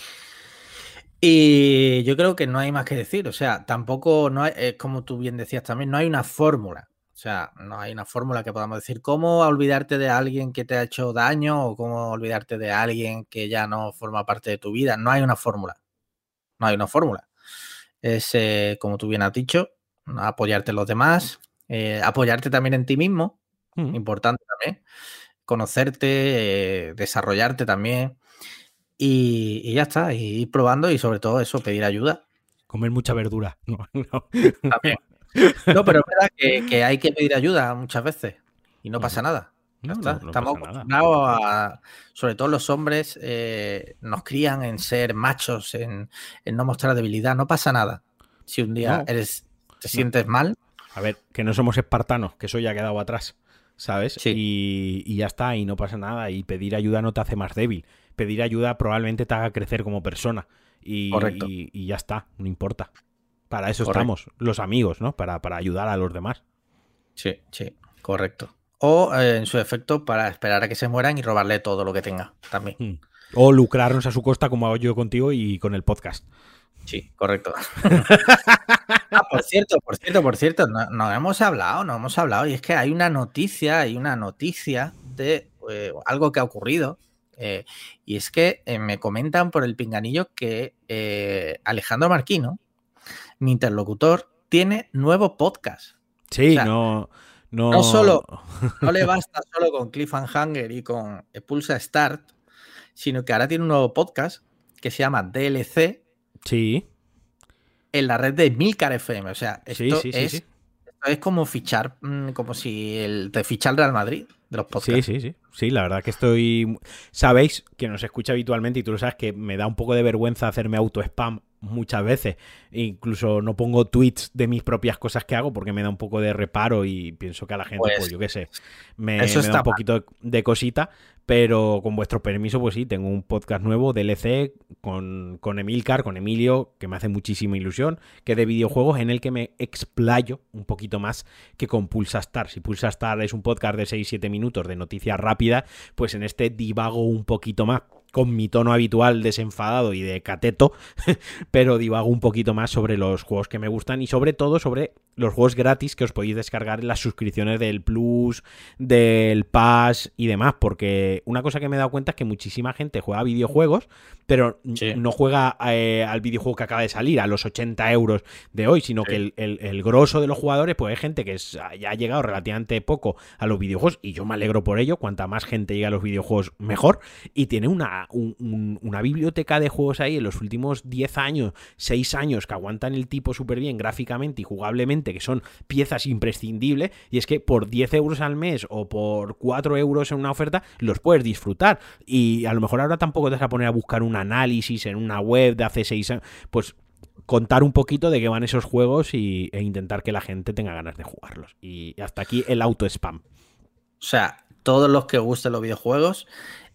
Y yo creo que no hay más que decir. O sea, tampoco, no hay, como tú bien decías también, no hay una fórmula. O sea, no hay una fórmula que podamos decir cómo olvidarte de alguien que te ha hecho daño o cómo olvidarte de alguien que ya no forma parte de tu vida. No hay una fórmula. No hay una fórmula. Es, como tú bien has dicho, apoyarte en los demás, apoyarte también en ti mismo, importante también, conocerte, desarrollarte también y ya está, y ir probando y sobre todo eso, pedir ayuda. Comer mucha verdura. No. También. No, pero es verdad que hay que pedir ayuda muchas veces y no pasa nada. Ya No, está. no Estamos pasa nada. acostumbrados a, sobre todo los hombres, nos crían en ser machos, en no mostrar debilidad. No pasa nada. Si un día No, te sientes mal. A ver, que no somos espartanos, que eso ya ha quedado atrás, ¿sabes? Sí. Y ya está, y no pasa nada. Y pedir ayuda no te hace más débil. Pedir ayuda probablemente te haga crecer como persona. Correcto. Y ya está, no importa. Para eso Correcto. estamos, los amigos, ¿no? Para ayudar a los demás. Sí, sí, correcto. O en su efecto, para esperar a que se mueran y robarle todo lo que tenga también. O lucrarnos a su costa, como hago yo contigo y con el podcast. Sí, correcto. Por cierto, no hemos hablado, y es que hay una noticia de algo que ha ocurrido, y es que me comentan por el pinganillo que Alejandro Marquino, mi interlocutor, tiene nuevo podcast. Sí, O sea, no le basta solo con Cliffhanger y con Pulsa Start, sino que ahora tiene un nuevo podcast que se llama DLC. Sí. En la red de Milcar FM. O sea, Sí. esto es como fichar, como si te ficha el Real Madrid de los podcasts. Sí, la verdad que estoy... Sabéis, que nos escucha habitualmente y tú lo sabes, que me da un poco de vergüenza hacerme auto-spam muchas veces. Incluso no pongo tweets de mis propias cosas que hago porque me da un poco de reparo y pienso que a la gente, pues yo qué sé, me da un poquito de cosita. Pero con vuestro permiso, pues sí, tengo un podcast nuevo, DLC, con Emilcar, con Emilio, que me hace muchísima ilusión, que es de videojuegos, en el que me explayo un poquito más que con Pulsa Star. Si Pulsa Star es un podcast de 6-7 minutos de noticias rápidas, pues en este divago un poquito más, con mi tono habitual desenfadado y de cateto, pero divago un poquito más sobre los juegos que me gustan y sobre todo sobre los juegos gratis que os podéis descargar en las suscripciones del Plus, del Pass y demás, porque una cosa que me he dado cuenta es que muchísima gente juega videojuegos, pero no juega al videojuego que acaba de salir, a los 80 euros de hoy, sino que el grosso de los jugadores, pues hay gente que ya ha llegado relativamente poco a los videojuegos, y yo me alegro por ello. Cuanta más gente llega a los videojuegos, mejor, y tiene una biblioteca de juegos ahí en los últimos 10 años, 6 años, que aguantan el tipo súper bien gráficamente y jugablemente, que son piezas imprescindibles, y es que por 10 euros al mes o por 4 euros en una oferta los puedes disfrutar, y a lo mejor ahora tampoco te vas a poner a buscar un análisis en una web de hace 6 años, pues contar un poquito de qué van esos juegos e intentar que la gente tenga ganas de jugarlos. Y hasta aquí el auto-spam. O sea, todos los que os gusten los videojuegos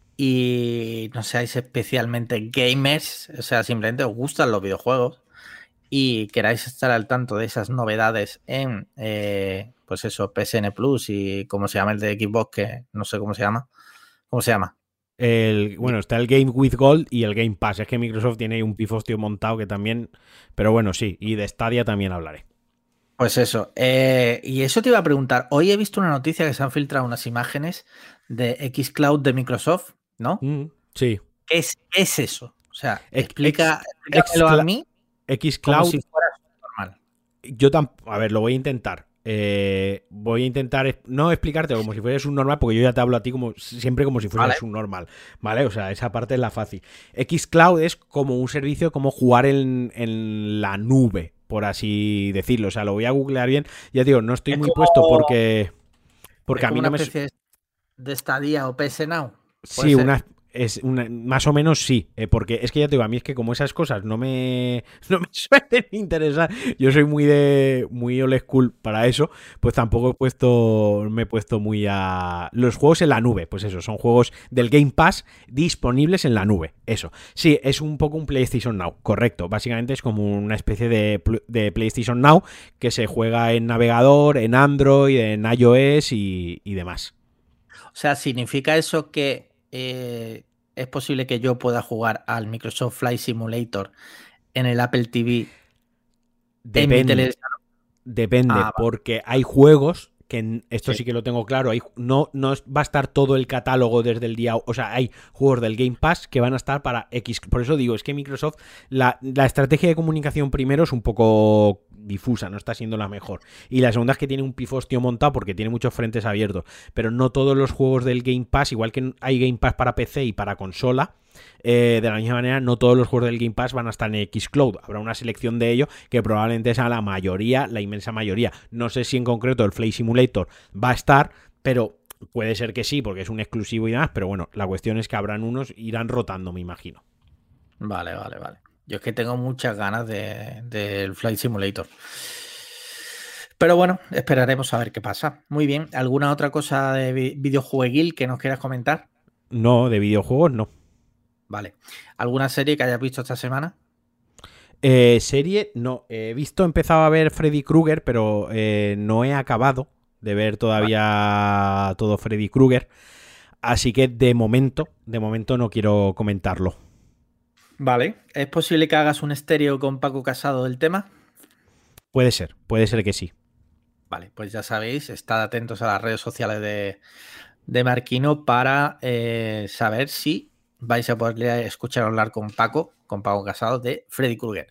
y no seáis especialmente gamers, o sea, simplemente os gustan los videojuegos y queráis estar al tanto de esas novedades en, pues eso, PSN Plus y cómo se llama el de Xbox, que no sé cómo se llama. ¿Cómo se llama? Bueno, está el Game with Gold y el Game Pass. Es que Microsoft tiene ahí un pifostio montado que también... Pero bueno, sí, y de Stadia también hablaré. Pues eso. Y eso te iba a preguntar. Hoy he visto una noticia que se han filtrado unas imágenes de Xcloud de Microsoft, ¿no? Sí. ¿Qué es eso? O sea, explícamelo a mí Xcloud, como si fuera normal. A ver, lo voy a intentar. Voy a intentar no explicarte como si fueras un normal, porque yo ya te hablo a ti como siempre como si fueras Vale. un normal, ¿vale? O sea, esa parte es la fácil. Xcloud es como un servicio, como jugar en la nube, por así decirlo. O sea, lo voy a googlear bien. Ya digo, no estoy Es muy puesto como, porque es a como mí una no me... especie de Stadia o PS Now. Puede Sí, ser. más o menos sí, porque es que ya te digo, a mí es que como esas cosas no me suelen interesar, yo soy muy old school para eso, pues tampoco me he puesto muy a los juegos en la nube, pues eso, son juegos del Game Pass disponibles en la nube, eso. Sí, es un poco un PlayStation Now, correcto, básicamente es como una especie de PlayStation Now que se juega en navegador, en Android, en iOS y demás. O sea, ¿significa eso que es posible que yo pueda jugar al Microsoft Flight Simulator en el Apple TV en mi Depende. televisión? Depende, Ah, porque hay juegos que esto sí. sí que lo tengo claro, no va a estar todo el catálogo desde el día, o sea, hay juegos del Game Pass que van a estar para X. Por eso digo, es que Microsoft, la estrategia de comunicación primero es un poco difusa, no está siendo la mejor. Y la segunda es que tiene un pifostio montado porque tiene muchos frentes abiertos. Pero no todos los juegos del Game Pass, igual que hay Game Pass para PC y para consola, de la misma manera, no todos los juegos del Game Pass van a estar en Xcloud. Habrá una selección de ellos que probablemente sea la mayoría, la inmensa mayoría. No sé si en concreto el Flight Simulator va a estar, pero puede ser que sí, porque es un exclusivo y demás. Pero bueno, la cuestión es que habrán unos, irán rotando, me imagino. Vale, vale, vale. Yo es que tengo muchas ganas del Flight Simulator. Pero bueno, esperaremos a ver qué pasa. Muy bien. ¿Alguna otra cosa de videojueguil que nos quieras comentar? No, de videojuegos no. Vale. ¿Alguna serie que hayas visto esta semana? Serie, no. He empezado a ver Freddy Krueger, pero no he acabado de ver Vale. todavía todo Freddy Krueger. Así que de momento no quiero comentarlo. Vale. ¿Es posible que hagas un estéreo con Paco Casado del tema? Puede ser que sí. Vale, pues ya sabéis, estad atentos a las redes sociales de Marquino para saber si vais a poder escuchar hablar con Paco Casado de Freddy Krueger.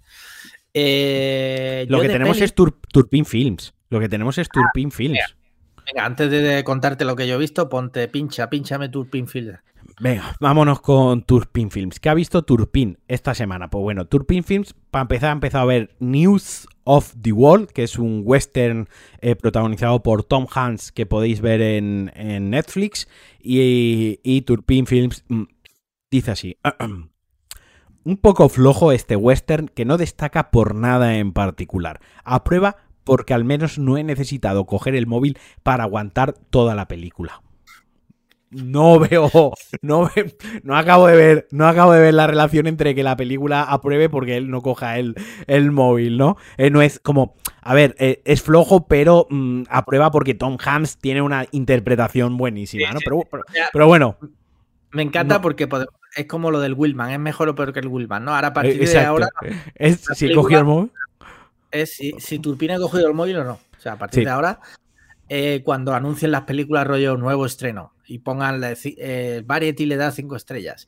Lo Yo que de tenemos pelis, es Turpin Films. Lo que tenemos es Turpin venga, Films. venga, antes de contarte lo que yo he visto, pínchame Turpin Fielder. Venga, vámonos con Turpin Films. ¿Qué ha visto Turpin esta semana? Pues bueno, Turpin Films, para empezar, ha empezado a ver News of the World, que es un western protagonizado por Tom Hanks que podéis ver en Netflix. Y Turpin Films dice así. Un poco flojo este western que no destaca por nada en particular. Aprueba porque al menos no he necesitado coger el móvil para aguantar toda la película. No veo, no acabo de ver la relación entre que la película apruebe porque él no coja el móvil, ¿no? No es como, a ver, es flojo, pero aprueba porque Tom Hanks tiene una interpretación Sí, buenísima, ¿no? sí, sí. Ya, Pero bueno, me encanta no, porque es como lo del Willman, es mejor o peor que el Willman, ¿no? Ahora a partir de ahora exacto. la Si he cogido película el móvil, es si Turpin ha cogido el móvil o no. O sea, a partir de sí, ahora cuando anuncien las películas rollo nuevo estreno y pongan Variety le da 5 estrellas,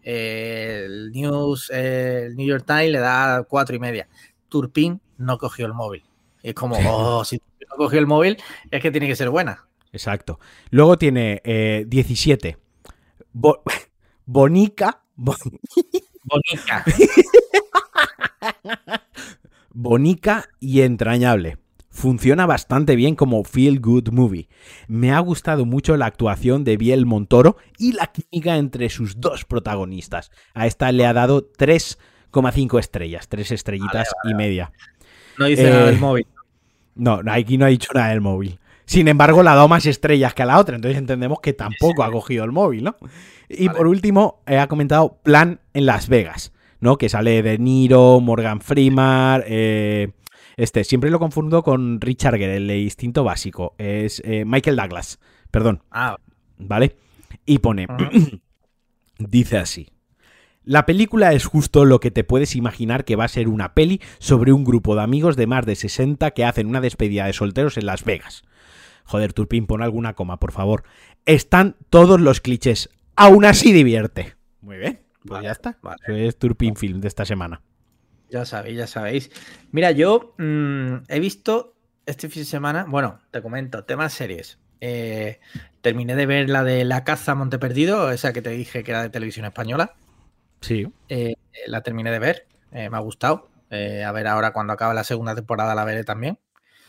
el New York Times le da 4,5. Turpin no cogió el móvil. Es como, oh, si Turpin no cogió el móvil, es que tiene que ser buena. exacto. Luego tiene 17. Bo- Bonica. Bonita. Bonica y entrañable. Funciona bastante bien como feel good movie. Me ha gustado mucho la actuación de Biel Montoro y la química entre sus dos protagonistas. A esta le ha dado 3,5 estrellas, 3 Vale, estrellitas y vale. media. No dice nada del Eh, móvil. no, aquí no ha dicho nada del móvil. Sin embargo, le ha dado más estrellas que a la otra, entonces entendemos que Sí, sí, tampoco ha cogido el móvil, ¿no? Y por vale. último, ha comentado Plan en Las Vegas, ¿no? Que sale De Niro, Morgan Freeman, siempre lo confundo con Richard Gere, el de Instinto Básico. Es Michael Douglas, perdón, Ah, ¿vale? Y pone, ujú. dice así. La película es justo lo que te puedes imaginar que va a ser una peli sobre un grupo de amigos de más de 60 que hacen una despedida de solteros en Las Vegas. Joder, Turpin, pon alguna coma, por favor. Están todos los clichés. Aún así divierte. Muy bien, pues Vale, ya está. vale. Eso es Turpin Film de esta semana. Ya sabéis, ya sabéis. Mira, yo he visto. este fin de semana, bueno, te comento, temas series. Terminé de ver la de La Caza a Monte Perdido, esa que te dije que era de Televisión Española. Sí. La terminé de ver, me ha gustado. A ver ahora cuando acabe la segunda temporada la veré también.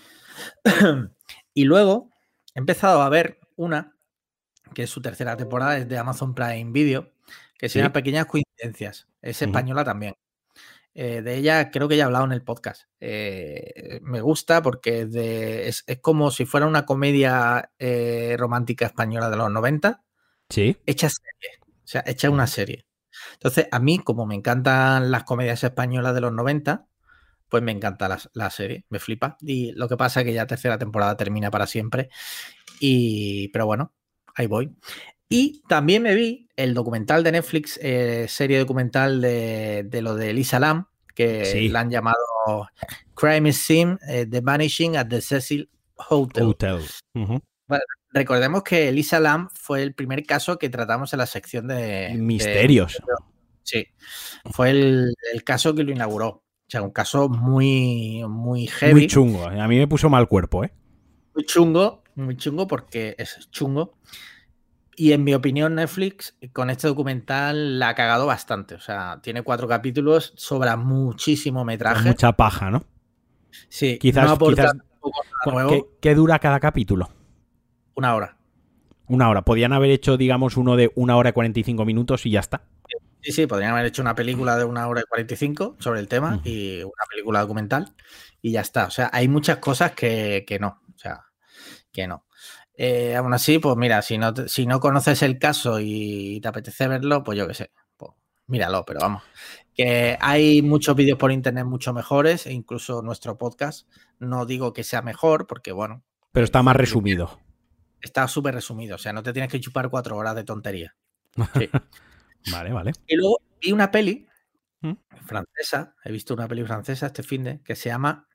Y luego he empezado a ver una, que es su tercera temporada, es de Amazon Prime Video, que se llama Sí. Pequeñas Coincidencias. Es española también. De ella creo que ya he hablado en el podcast. Me gusta porque es como si fuera una comedia romántica española de los 90, Sí. hecha serie, o sea, hecha una serie. Entonces, a mí, como me encantan las comedias españolas de los 90, pues me encanta la serie, me flipa. Y lo que pasa es que ya tercera temporada termina para siempre. Pero bueno, ahí voy. Y también me vi el documental de Netflix, serie documental de lo de Elisa Lam, que Sí. la han llamado Crime Scene, The Vanishing at the Cecil Hotel. Bueno, recordemos que Elisa Lam fue el primer caso que tratamos en la sección de Misterios. Sí, fue el caso que lo inauguró. O sea, un caso muy, muy heavy. Muy chungo. A mí me puso mal cuerpo, ¿eh? Muy chungo porque es chungo. Y en mi opinión, Netflix con este documental la ha cagado bastante. O sea, tiene 4 capítulos, sobra muchísimo metraje. Mucha paja, ¿no? Sí, quizás, no aporta nada nuevo. ¿Qué dura cada capítulo? 1 hora. 1 hora. Podían haber hecho, digamos, uno de 1 hora y 45 minutos y ya está. Sí, podrían haber hecho una película de 1 hora y 45 sobre el tema y una película documental y ya está. O sea, hay muchas cosas que no. O sea, que no. Aún así, pues mira, si no conoces el caso y te apetece verlo, pues yo qué sé, pues míralo, pero vamos. Que hay muchos vídeos por internet mucho mejores, e incluso nuestro podcast. No digo que sea mejor, porque bueno. Pero está más resumido. Está súper resumido, o sea, no te tienes que chupar 4 horas de tontería. Sí. Vale. Y luego vi una peli francesa, he visto una peli francesa este finde que se llama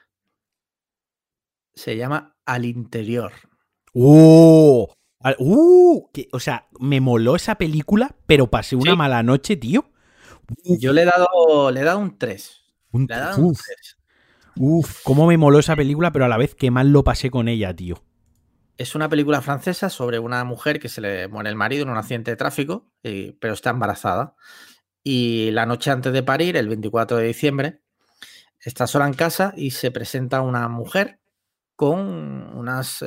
Al Interior. O sea, me moló esa película, pero pasé una mala noche, tío. Yo le he dado un 3. Le he dado un 3. Cómo me moló esa película, pero a la vez qué mal lo pasé con ella, tío. Es una película francesa sobre una mujer que se le muere el marido en un accidente de tráfico, pero está embarazada. Y la noche antes de parir, el 24 de diciembre, está sola en casa y se presenta una mujer con unas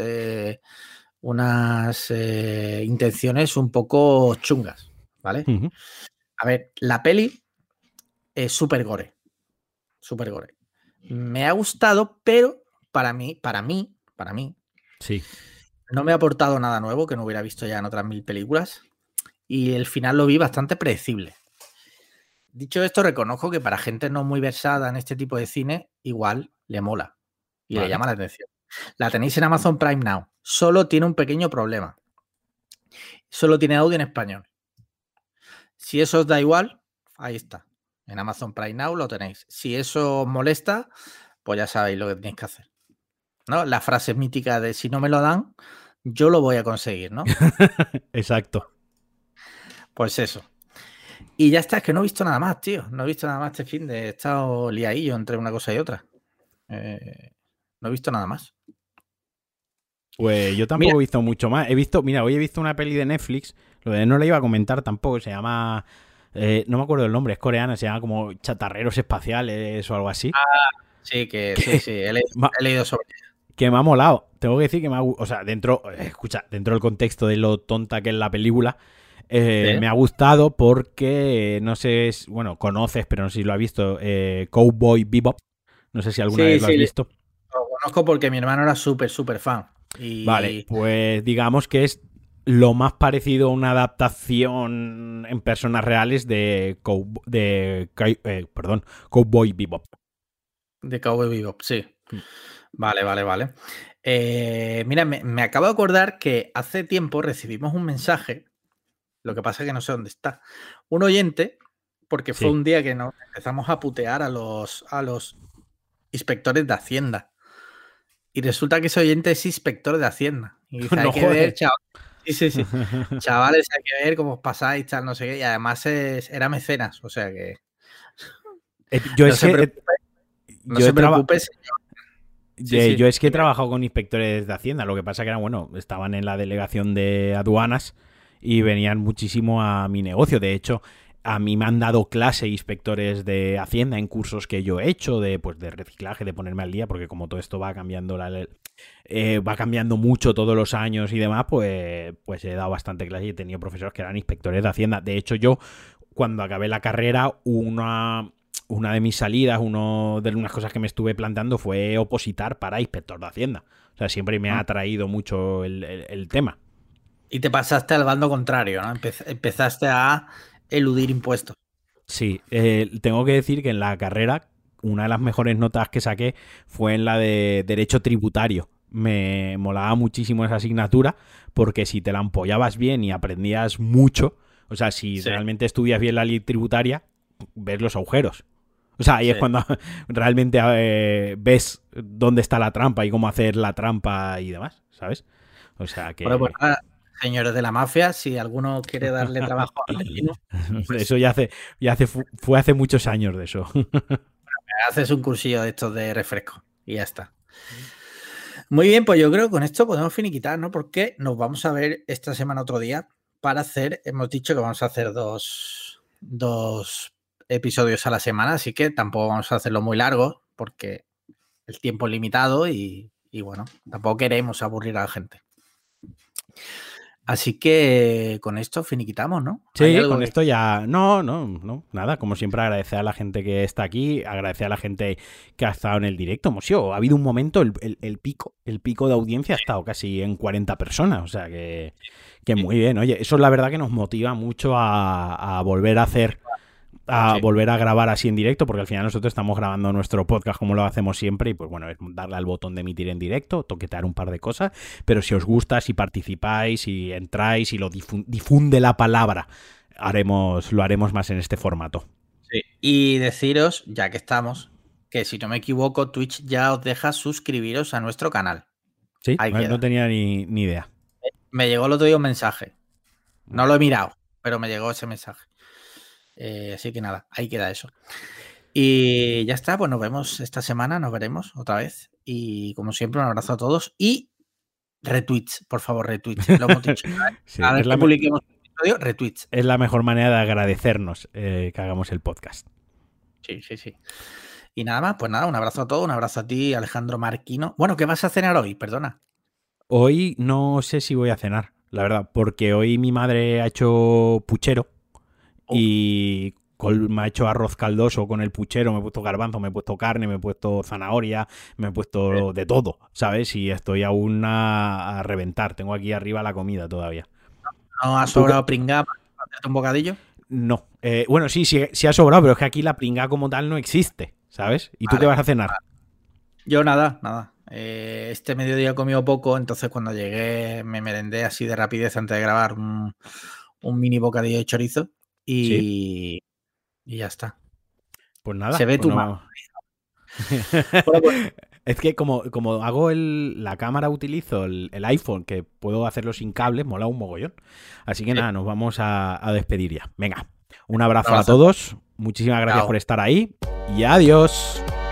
intenciones un poco chungas, ¿vale? A ver, la peli es súper gore. Súper gore. Me ha gustado, pero para mí, sí, no me ha aportado nada nuevo que no hubiera visto ya en otras 1000 películas. Y el final lo vi bastante predecible. Dicho esto, reconozco que para gente no muy versada en este tipo de cine, igual le mola y le llama la atención. La tenéis en Amazon Prime Now. Solo tiene un pequeño problema. Solo tiene audio en español. Si eso os da igual, ahí está. En Amazon Prime Now lo tenéis. Si eso os molesta, pues ya sabéis lo que tenéis que hacer, ¿no? La frase mítica de si no me lo dan, yo lo voy a conseguir, ¿no? Exacto. Pues eso. Y ya está, es que no he visto nada más, tío. No he visto nada más este fin de... He estado liadillo entre una cosa y otra. No he visto nada más. Pues yo tampoco he visto mucho más. Hoy he visto una peli de Netflix. No la iba a comentar tampoco. Se llama... no me acuerdo el nombre, es coreana. Se llama como Chatarreros Espaciales o algo así. Sí, sí. He leído sobre ella. Que me ha molado. Tengo que decir que me ha... O sea, dentro del contexto de lo tonta que es la película... Me ha gustado porque, no sé, bueno, conoces, pero no sé si lo has visto, Cowboy Bebop. No sé si alguna vez lo has visto. Lo conozco porque mi hermano era súper fan. Vale, pues digamos que es lo más parecido a una adaptación en personas reales de Cowboy Bebop. De Cowboy Bebop, sí. Vale. Mira, me acabo de acordar que hace tiempo recibimos un mensaje. Lo que pasa es que no sé dónde está. Un oyente, porque fue un día que nos empezamos a putear a los inspectores de Hacienda. Y resulta que ese oyente es inspector de Hacienda. Y dice, hay que ver, chaval. Sí. Chavales, hay que ver cómo os pasáis, tal, no sé qué. Y además era mecenas, o sea que... No se preocupe, señor. Sí. Yo es que he trabajado con inspectores de Hacienda, lo que pasa que eran, bueno, estaban en la delegación de aduanas y venían muchísimo a mi negocio. De hecho, a mí me han dado clase inspectores de Hacienda en cursos que yo he hecho de, pues, de reciclaje, de ponerme al día, porque como todo esto va cambiando va cambiando mucho todos los años y demás, pues he dado bastante clase y he tenido profesores que eran inspectores de Hacienda. De hecho, yo, cuando acabé la carrera, una de mis salidas, una de unas cosas que me estuve planteando fue opositar para inspector de Hacienda. O sea, siempre me ha atraído mucho el tema. Y te pasaste al bando contrario, ¿no? Empezaste a eludir impuestos. Sí, tengo que decir que en la carrera una de las mejores notas que saqué fue en la de Derecho Tributario. Me molaba muchísimo esa asignatura porque si te la empollabas bien y aprendías mucho, o sea, si realmente estudias bien la ley tributaria, ves los agujeros. O sea, ahí es cuando realmente ves dónde está la trampa y cómo hacer la trampa y demás, ¿sabes? O sea que... Bueno, pues nada, señores de la mafia, si alguno quiere darle trabajo a Marquino, pues Eso fue hace muchos años de eso. haces un cursillo de estos de refresco y ya está. Muy bien, pues yo creo que con esto podemos finiquitar, ¿no? Porque nos vamos a ver esta semana otro día para hacer, hemos dicho que vamos a hacer dos episodios a la semana, así que tampoco vamos a hacerlo muy largo porque el tiempo es limitado y bueno, tampoco queremos aburrir a la gente. Así que con esto finiquitamos, ¿no? Sí, con esto ya... No, nada, como siempre agradecer a la gente que está aquí, agradecer a la gente que ha estado en el directo. Mosio, ha habido un momento, el pico de audiencia ha estado casi en 40 personas, o sea que muy bien. Oye, eso es la verdad que nos motiva mucho a volver a hacer... volver a grabar así en directo, porque al final nosotros estamos grabando nuestro podcast como lo hacemos siempre y pues bueno, es darle al botón de emitir en directo, toquetear un par de cosas, pero si os gusta, si participáis, si entráis y lo difunde la palabra, lo haremos más en este formato. Sí. Y deciros, ya que estamos, que si no me equivoco, Twitch ya os deja suscribiros a nuestro canal. Sí, no tenía ni idea. Me llegó el otro día un mensaje. No lo he mirado, pero me llegó ese mensaje. Así que nada, ahí queda eso. Y ya está, pues nos vemos esta semana, nos veremos otra vez. Y como siempre, un abrazo a todos. Y retweets, por favor, retweets. Lo hemos dicho. Sí, A ver que publiquemos un episodio, retweets. Es la mejor manera de agradecernos que hagamos el podcast. Sí. Y nada más, pues nada, un abrazo a todos, un abrazo a ti, Alejandro Marquino. Bueno, ¿qué vas a cenar hoy? Perdona. Hoy no sé si voy a cenar, la verdad, porque hoy mi madre ha hecho puchero. Y me ha hecho arroz caldoso con el puchero, me he puesto garbanzo, me he puesto carne, me he puesto zanahoria, me he puesto de todo, ¿sabes? Y estoy aún a reventar. Tengo aquí arriba la comida todavía. ¿No ha sobrado pringá para hacerte un bocadillo? No. Bueno, sí ha sobrado, pero es que aquí la pringá como tal no existe, ¿sabes? ¿Y tú qué vas a cenar? Yo nada. Este mediodía he comido poco, entonces cuando llegué me merendé así de rapidez antes de grabar un mini bocadillo de chorizo. Y ya está. Pues nada. Se ve pues tu no... mano. Es que como hago la cámara, utilizo el iPhone, que puedo hacerlo sin cables, mola un mogollón. Así que nada, nos vamos a despedir ya. Venga, un abrazo a todos. Muchísimas gracias por estar ahí y adiós.